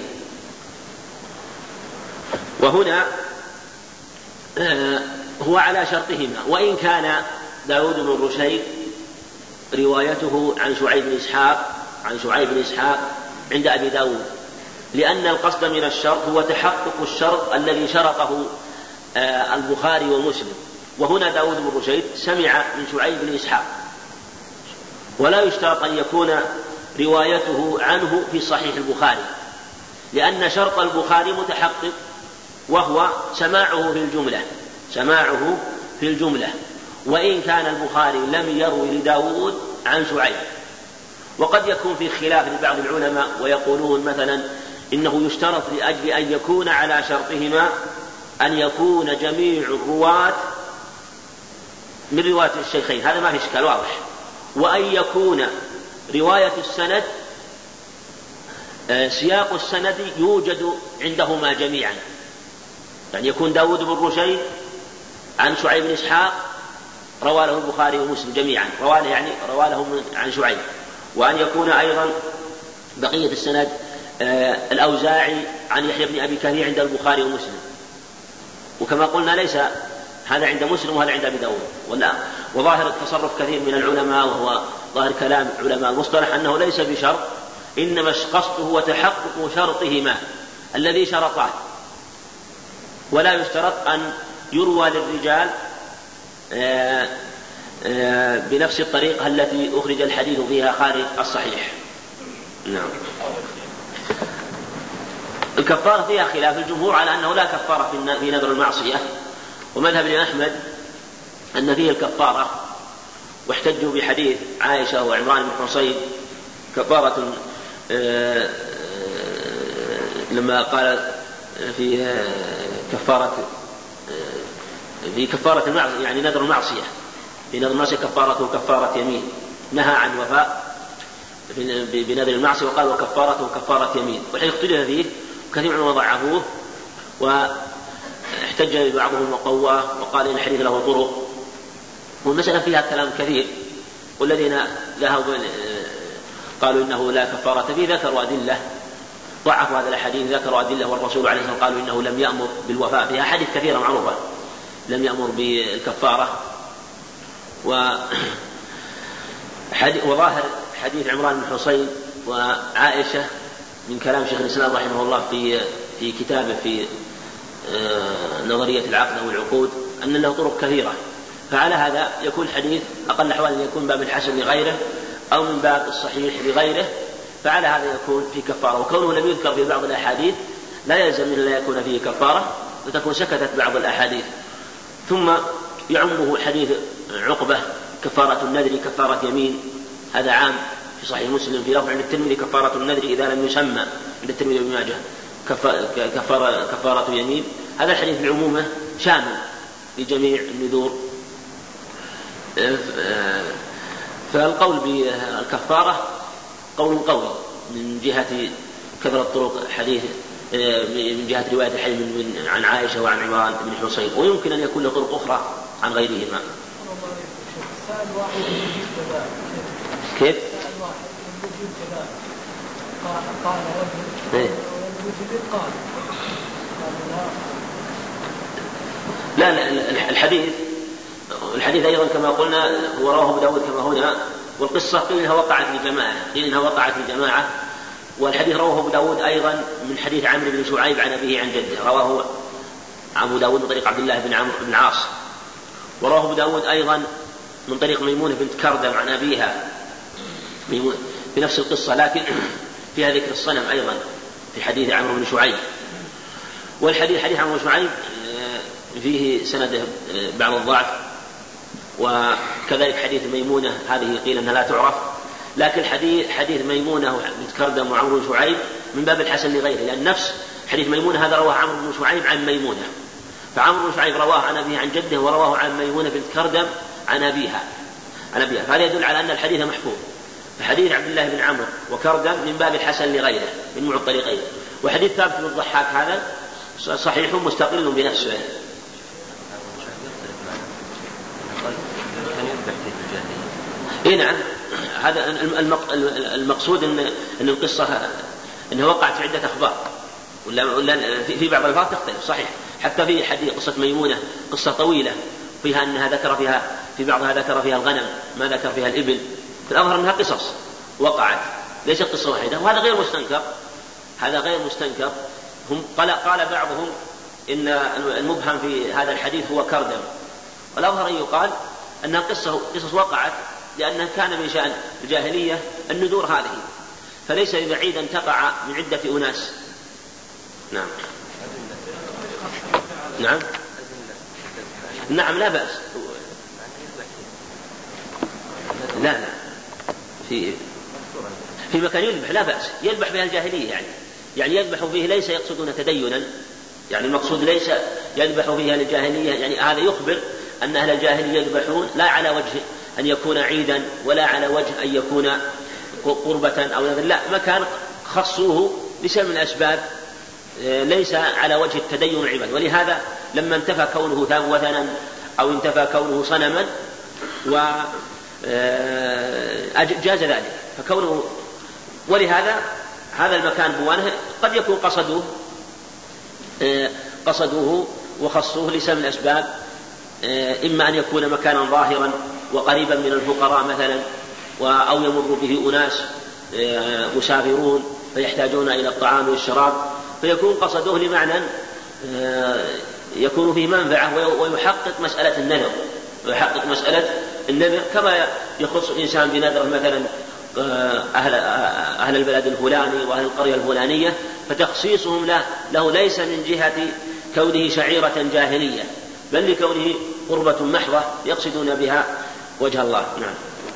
وهنا هو على شرطهما، وإن كان داود بن رشيد روايته عن شعيب بن إسحاق عن شعيب بن إسحاق عند أبي داود، لأن القصد من الشرط هو تحقق الشرط الذي شرطه البخاري ومسلم. وهنا داود بن رشيد سمع من شعيب بن إسحاق، ولا يشترط أن يكون روايته عنه في صحيح البخاري، لأن شرط البخاري متحقق وهو سماعه في الجملة سماعه في الجملة وإن كان البخاري لم يروي لداود عن شعيب. وقد يكون في خلاف لبعض العلماء ويقولون مثلا إنه يشترط لأجل أن يكون على شرطهما أن يكون جميع الرواة من رواية الشيخين، هذا ما في إشكال واضح، وأن يكون رواية السند سياق السند يوجد عندهما جميعا، يعني يكون داود بن رشيد عن شعيب بن إسحاق روى له البخاري ومسلم جميعا، روى له يعني روى له عن شعيب، وأن يكون أيضا بقية السند الأوزاعي عن يحيى بن أبي كثير عند البخاري ومسلم. وكما قلنا ليس هذا عند مسلم وهذا عند أبي داود، ولا وظاهر التصرف كثير من العلماء وهو ظاهر كلام علماء المصطلح أنه ليس بشرط، إنما قصده هو تحقق شرطهما الذي شرطاه، ولا يشترط أن يروى للرجال بنفس الطريقة التي أخرج الحديث فيها خارج الصحيح. نعم. الكفارة فيها خلاف، الجمهور على أنه لا كفارة في نذر المعصية، ومذهب الإمام أحمد أن فيه الكفارة، واحتجوا بحديث عائشة وعمران بن حصين كفارة لما قال في كفارة في كفارة المعصية يعني نذر المعصية، في نذر المعصية كفارته كفارة يمين، نهى عن وفاء بنذر المعصية وقال وكفارته كفارة يمين، والحديث اختلف فيه وكثير منهم ضعفوه، واحتج بعضهم وقواه وقال إن الحديث له طرق، والمسألة فيها كلام كثير، والذين ذهبوا قالوا إنه لا كفارة فيه ذكروا أدلة ضعفوا هذا الحديث، ذكروا أدلة، والرسول عليه الصلاة والسلام قالوا إنه لم يأمر بالوفاء فيها، حديث كثيرة معروفة لم يأمر بالكفارة. وظاهر حديث عمران بن حصين وعائشة من كلام شيخ الإسلام رحمه الله في في كتابه في نظرية العقد والعقود أن له طرق كثيرة، فعلى هذا يكون الحديث أقل الأحوال أن يكون باب الحسن لغيره أو من باب الصحيح لغيره، فعلى هذا يكون في كفارة. وكونه لم يذكر في بعض الأحاديث لا يلزم من لا يكون فيه كفارة، وتكون سكتت بعض الأحاديث. ثم يعمه حديث عقبة كفارة النذر كفارة يمين، هذا عام في صحيح مسلم. في لفظ عند الترمذي كفارة النذر إذا لم يسمى، عند الترمذي وابن ماجه كفارة, كفارة يمين. هذا الحديث بعمومه شامل لجميع النذور. فالقول بالكفارة قول قوي من جهة كثرة طرق الحديث، من جهة رواية الحديث عن عائشة وعن عمران بن حصين، ويمكن أن يكون له طرق أخرى عن غيرهما. كيف؟ قال رجل قال لا لا الحديث الحديث أيضا كما قلنا هو رواه أبو داود كما هنا، والقصة قيل إنها وقعت لجماعة قيل إنها وقعت لجماعة والحديث رواه أبو داود أيضا من حديث عمرو بن شعيب عن أبيه عن جده، رواه أبو داود من طريق عبد الله بن عمرو بن العاص، ورواه أبو داود أيضا من طريق ميمونة بنت كردم عن أبيها ميمونة في نفس القصة، لكن فيها ذكر الصنم أيضا في حديث عمرو بن شعيب. والحديث حديث عمرو بن شعيب فيه سند بعض الضعف، وكذلك حديث ميمونة هذه قيل أنها لا تعرف، لكن حديث حديث ميمونة بنت كردم وعمرو بن شعيب من باب الحسن لغيره، لأن نفس حديث ميمونة هذا رواه عمرو بن شعيب عن ميمونة، فعمرو بن شعيب رواه عن أبيه عن جده، ورواه عن ميمونة بنت كردم عن أبيها عن أبيها فهذا يدل على أن الحديث محفوظ. فحديث عبد الله بن عمرو وكردم من باب الحسن لغيره من مع الطريقين، وحديث ثابت بن الضحاك هذا صحيح مستقل بنفسه. إيه نعم، هذا المقصود أن أن القصة أنها وقعت في عدة أخبار، ولا ولا في بعض الألفاظ تختلف صحيح. حتى في حديث قصة ميمونة قصة طويلة فيها أنها ذكر فيها في بعضها ذكر فيها الغنم ما ذكر فيها الإبل، في الأظهر أنها قصص وقعت ليست قصة واحدة، وهذا غير مستنكر هذا غير مستنكر. هم قال قال بعضهم إن المبهم في هذا الحديث هو كردم، والأظهر أن يقال أنها قصة قصص وقعت لأنها كان من شأن الجاهلية النذور هذه، فليس ببعيد أن تقع من عدة أناس. نعم نعم نعم لا بأس، لا لا في في مكان يذبح لا بأس، يذبح بها الجاهلية يعني يعني يذبح فيه ليس يقصدون تدينا، يعني المقصود ليس يذبح فيها الجاهلية، يعني هذا يخبر أن أهل الجاهلية يذبحون لا على وجه أن يكون عيدا ولا على وجه أن يكون قربة أو نذر، لا، مكان خصوه لسبب من الأسباب ليس على وجه التدين والعباد. ولهذا لما انتفى كونه وثنا أو انتفى كونه صنما وجاز ذلك فكونه، ولهذا هذا المكان بوانه قد يكون قصدوه قصدوه وخصوه لسبب من الأسباب، إما أن يكون مكانا ظاهرا وقريبا من الفقراء مثلا، أو يمر به أناس مسافرون فيحتاجون إلى الطعام والشراب، فيكون قصدوه لمعنى يكون فيه منفعة ويحقق مسألة النذر ويحقق مسألة النذر كما يخص الإنسان بنذر مثلا أهل, أهل البلد الفلاني وأهل القرية الفلانية، فتخصيصهم له, له ليس من جهة كونه شعيرة جاهلية بل لكونه قربة محضة يقصدون بها وجه الله. نعم.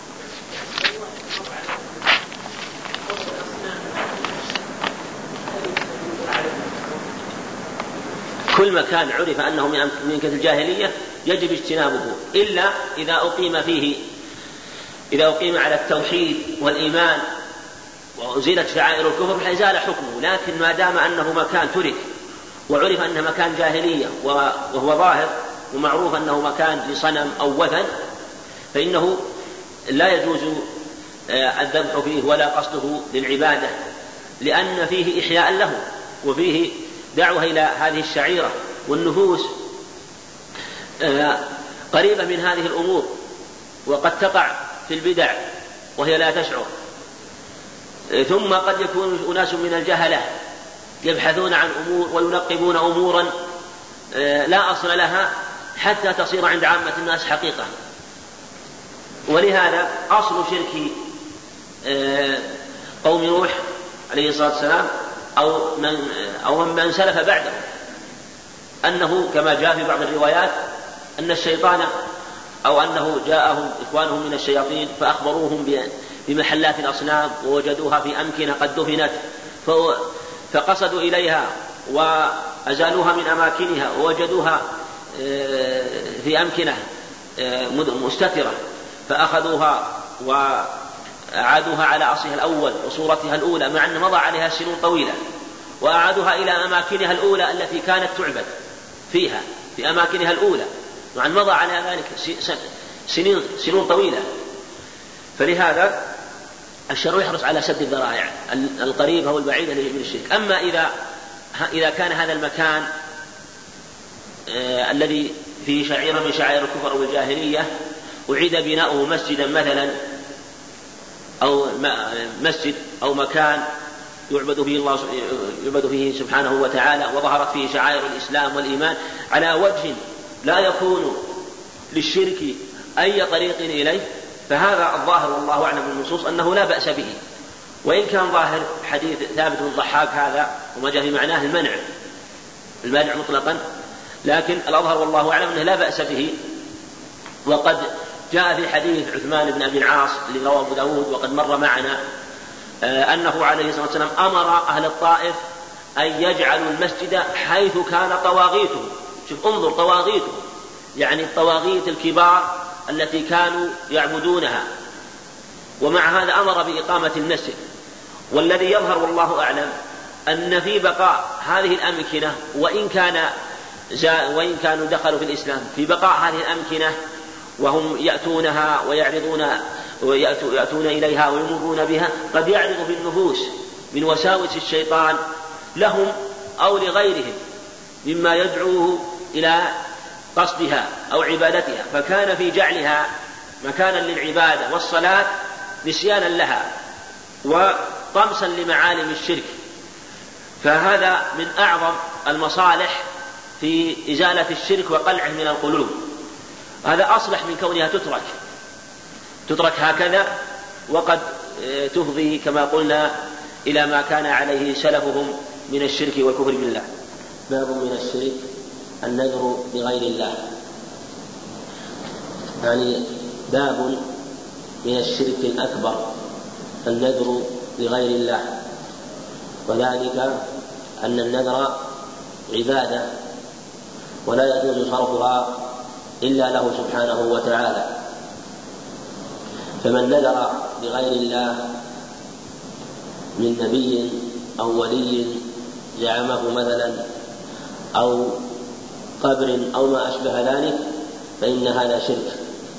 كل مكان عرف أنه من كثر الجاهلية يجب اجتنابه، إلا إذا أقيم فيه إذا أقيم على التوحيد والإيمان وأزيلت شعائر الكفر فزال حكمه، لكن ما دام أنه مكان ترك وعرف أنه مكان جاهلية وهو ظاهر ومعروف أنه مكان لصنم أو وثن فإنه لا يجوز الذبح فيه ولا قصده للعبادة، لأن فيه إحياء له وفيه دعوة إلى هذه الشعيرة، والنفوس قريبة من هذه الأمور وقد تقع في البدع وهي لا تشعر. ثم قد يكون أناس من الجهلة يبحثون عن أمور وينقبون أمورا لا أصل لها حتى تصير عند عامة الناس حقيقة. ولهذا أصل شرك قوم نوح عليه الصلاة والسلام أو من, أو من سلف بعده أنه كما جاء في بعض الروايات أن الشيطان أو أنه جاءهم إخوانهم من الشياطين فأخبروهم بمحلات الأصنام ووجدوها في أمكنة قد دفنت فقصدوا إليها وأزالوها من أماكنها ووجدوها في أمكنة مستترة فأخذوها وأعادوها على أصلها الأول وصورتها الأولى مع أن مضى عليها سنين طويلة، وأعادوها إلى أماكنها الأولى التي كانت تعبد فيها في أماكنها الأولى مع أن مضى على ذلك سنين سنين طويلة. فلهذا الشرع يحرص على سد الذرائع القريبة والبعيدة من الشرك. أما إذا إذا كان هذا المكان آه الذي فيه شعيرة من شعائر الكفر والجاهلية أعيد بناؤه مسجدا مثلا أو مسجد أو مكان يعبد فيه الله يعبد فيه سبحانه وتعالى وظهرت فيه شعائر الإسلام والإيمان على وجه لا يكون للشرك أي طريق إليه، فهذا الظاهر والله أعلم بالنصوص أنه لا بأس به، وإن كان ظاهر حديث ثابت بن الضحاك هذا وما جاء في معناه المنع المنع مطلقا، لكن الأظهر والله أعلم أنه لا بأس به. وقد جاء في حديث عثمان بن أبي العاص اللي رواه أبو داود وقد مر معنا أنه عليه الصلاة والسلام أمر أهل الطائف أن يجعلوا المسجد حيث كان طواغيته. شوف انظر طواغيته يعني الطواغيت الكبار التي كانوا يعبدونها، ومع هذا أمر بإقامة المسجد. والذي يظهر والله أعلم أن في بقاء هذه الأمكنة وإن كان وإن كانوا دخلوا في الإسلام في بقاء هذه الأمكنة وهم يأتونها ويعرضون ويأتون إليها ويمرون بها قد يعرض في النفوس من وساوس الشيطان لهم أو لغيرهم مما يدعوه إلى قصدها أو عبادتها، فكان في جعلها مكانا للعبادة والصلاة نسيانا لها وطمسا لمعالم الشرك. فهذا من أعظم المصالح في إزالة الشرك وقلعه من القلوب. هذا أصلح من كونها تترك تترك هكذا وقد تفضي كما قلنا إلى ما كان عليه سلفهم من الشرك والكفر بالله. باب من الشرك النذر بغير الله، يعني باب من الشرك الأكبر النذر بغير الله، وذلك أن النذر عبادة ولا يجوز صرفها إلا له سبحانه وتعالى. فمن نذر بغير الله من نبي أو ولي زعمه مثلا أو قبر أو ما أشبه ذلك فإن هذا شرك.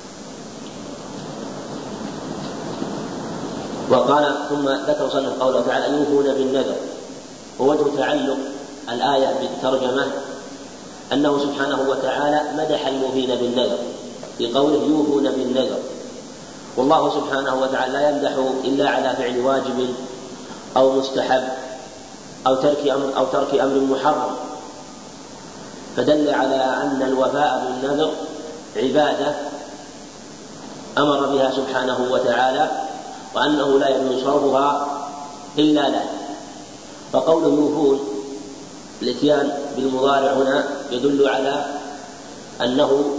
وقال ثم ذكر صلى قوله تعالى يوفون بالنذر، ووجه تعلق الآية بالترجمة أنه سبحانه وتعالى مدح الموفين بالنذر بقوله يوفون بالنذر، والله سبحانه وتعالى لا يمدح إلا على فعل واجب أو مستحب أو ترك أمر أو ترك أمر محرم، فدل على أن الوفاء بالنذر عبادة أمر بها سبحانه وتعالى وأنه لا يجوز صرفها إلا له. فقوله يوفون الاتيان بالمضارع هنا يدل على أنه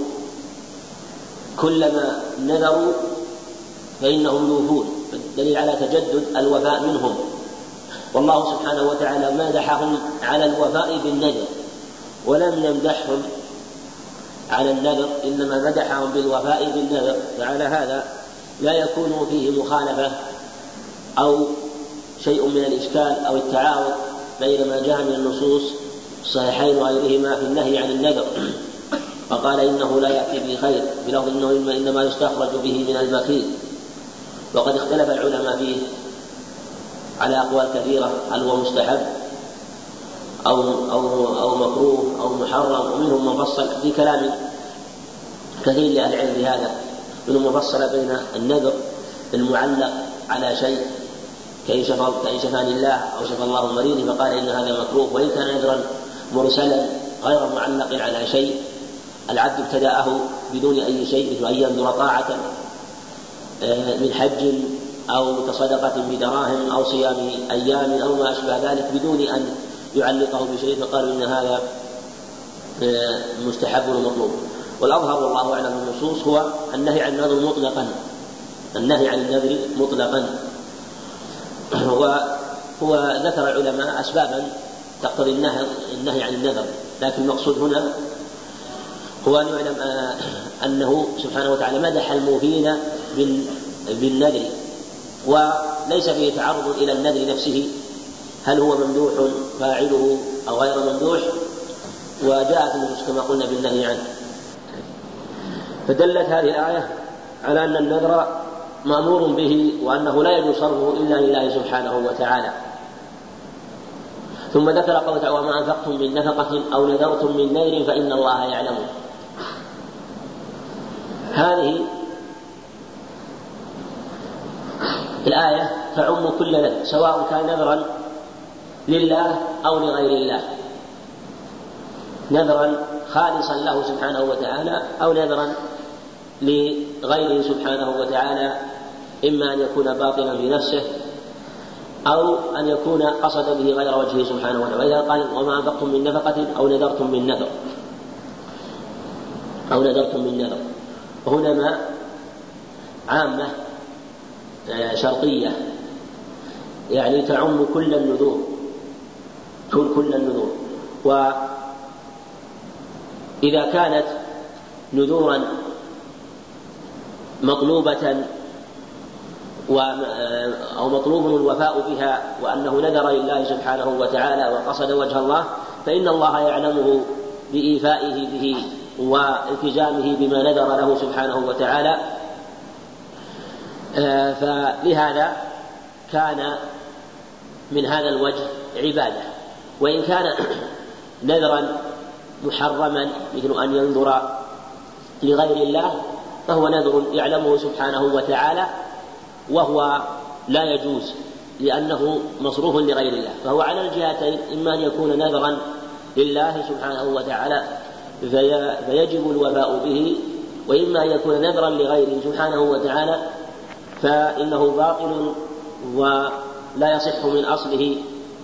كلما نذروا فإنهم يوفون، دليل على تجدد الوفاء منهم. والله سبحانه وتعالى مدحهم على الوفاء بالنذر ولم يمدحهم على النذر، إنما مدحهم بالوفاء بالنذر، فعلى هذا لا يكون فيه مخالفة أو شيء من الإشكال أو التعارض بين ما جاء من النصوص الصحيحين وغيرهما في النهي عن النذر. فقال إنه لا يأتي بخير بلفظ إنه إنما يستخرج به من البخيل. وقد اختلف العلماء فيه على أقوال كثيرة هل هو مستحب أو, أو, أو مكروه أو محرم، ومنهم مفصل في كلام كثير لأهل العلم بهذا، منهم مفصل بين النذر المعلق على شيء كأن شفاني الله أو شفى الله مريض فقال إن هذا مكروه، وإن كان نذرا مرسلا غير معلق على شيء العبد ابتدأه بدون أي شيء، مثل أن ينذر طاعة من حج أو تصدقة بدراهم أو صيام أيام أو ما أشبه ذلك بدون أن يعلقه بشيء، فقالوا إن هذا مستحب ومطلوب. والأظهر والله أعلم من النصوص هو النهي عن النذر مطلقا، النهي عن النذر مطلقا. وهو ذكر العلماء أسبابا تقتضي النهي عن النذر، لكن المقصود هنا هو أن يعلم أنه سبحانه وتعالى مدح الموفين بالنذر، وليس فيه تعرض إلى النذر نفسه هل هو ممدوح فاعله أو غير ممدوح، وجاءت النصوص كما قلنا بالنهي عنه. فدلت هذه الآية على أن النذر مأمور به، وأنه لا يجوز صرفه إلا لله سبحانه وتعالى. ثم ذكر قوله تعالى: وما أنفقتم من نفقة أو نذرتم من نذر فإن الله يعلمه. هذه الآية تعم كل نذر، سواء كان نذرا لله أو لغير الله، نذرا خالصا له سبحانه وتعالى أو نذرا لغيره سبحانه وتعالى، إما أن يكون باطلا في نفسه أو أن يكون قصد به غير وجهه سبحانه وتعالى. وإذا قال: وما أنفقتم من نفقة أو نذرتم من نذر أو نذرتم من نذر، وهنا ما عامة شرطية، يعني تعم كل النذور، كل كل النذور. وإذا كانت نذورا مطلوبة أو مطلوب الوفاء بها وأنه نذر لله سبحانه وتعالى وقصد وجه الله، فإن الله يعلمه بإيفائه به والتزامه بما نذر له سبحانه وتعالى. فلهذا كان من هذا الوجه عبادة. وإن كان نذرا محرما مثل أن ينذر لغير الله فهو نذر يعلمه سبحانه وتعالى وهو لا يجوز لأنه مصروف لغير الله، فهو على الجهتين، إما أن يكون نذرا لله سبحانه وتعالى فيجب الوفاء به، وإما أن يكون نذرا لغيره سبحانه وتعالى فإنه باطل ولا يصح من أصله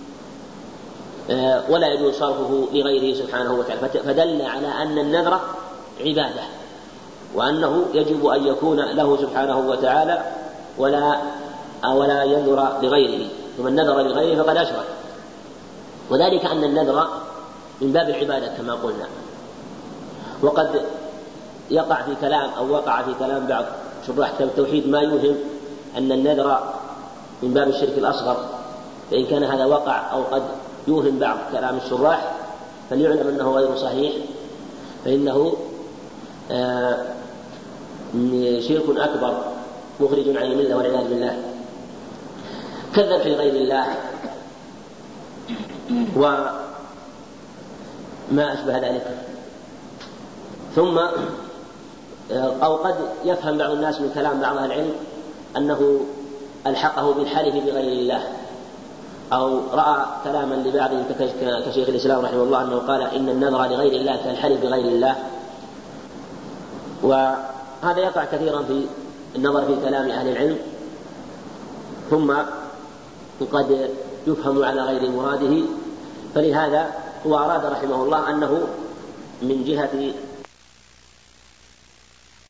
ولا يجوز صرفه لغيره سبحانه وتعالى. فدل على أن النذر عبادة، وأنه يجب أن يكون له سبحانه وتعالى ولا ولا ينذر لغيره، ومن نذر لغيره فقد أشرك. وذلك أن النذر من باب العبادة كما قلنا. وقد يقع في كلام أو وقع في كلام بعض شراح كتاب التوحيد ما يوهم أن النذر من باب الشرك الأصغر، فإن كان هذا وقع أو قد يوهم بعض كلام الشراح فليعلم أنه غير صحيح، فإنه آه شرك أكبر مخرج عن الملة والعياذ بالله، كذب في غير الله وما أشبه ذلك. ثم أو قد يفهم بعض الناس من كلام بعض أهل العلم أنه ألحقه بالحلف بغير الله، أو رأى كلاما لبعضهم كشيخ الإسلام رحمه الله أنه قال إن النذر لغير الله كالحلف بغير الله. وهذا يقع كثيرا في النظر في كلام أهل العلم، ثم قد يفهم على غير مراده. فلهذا هو أراد رحمه الله أنه من جهة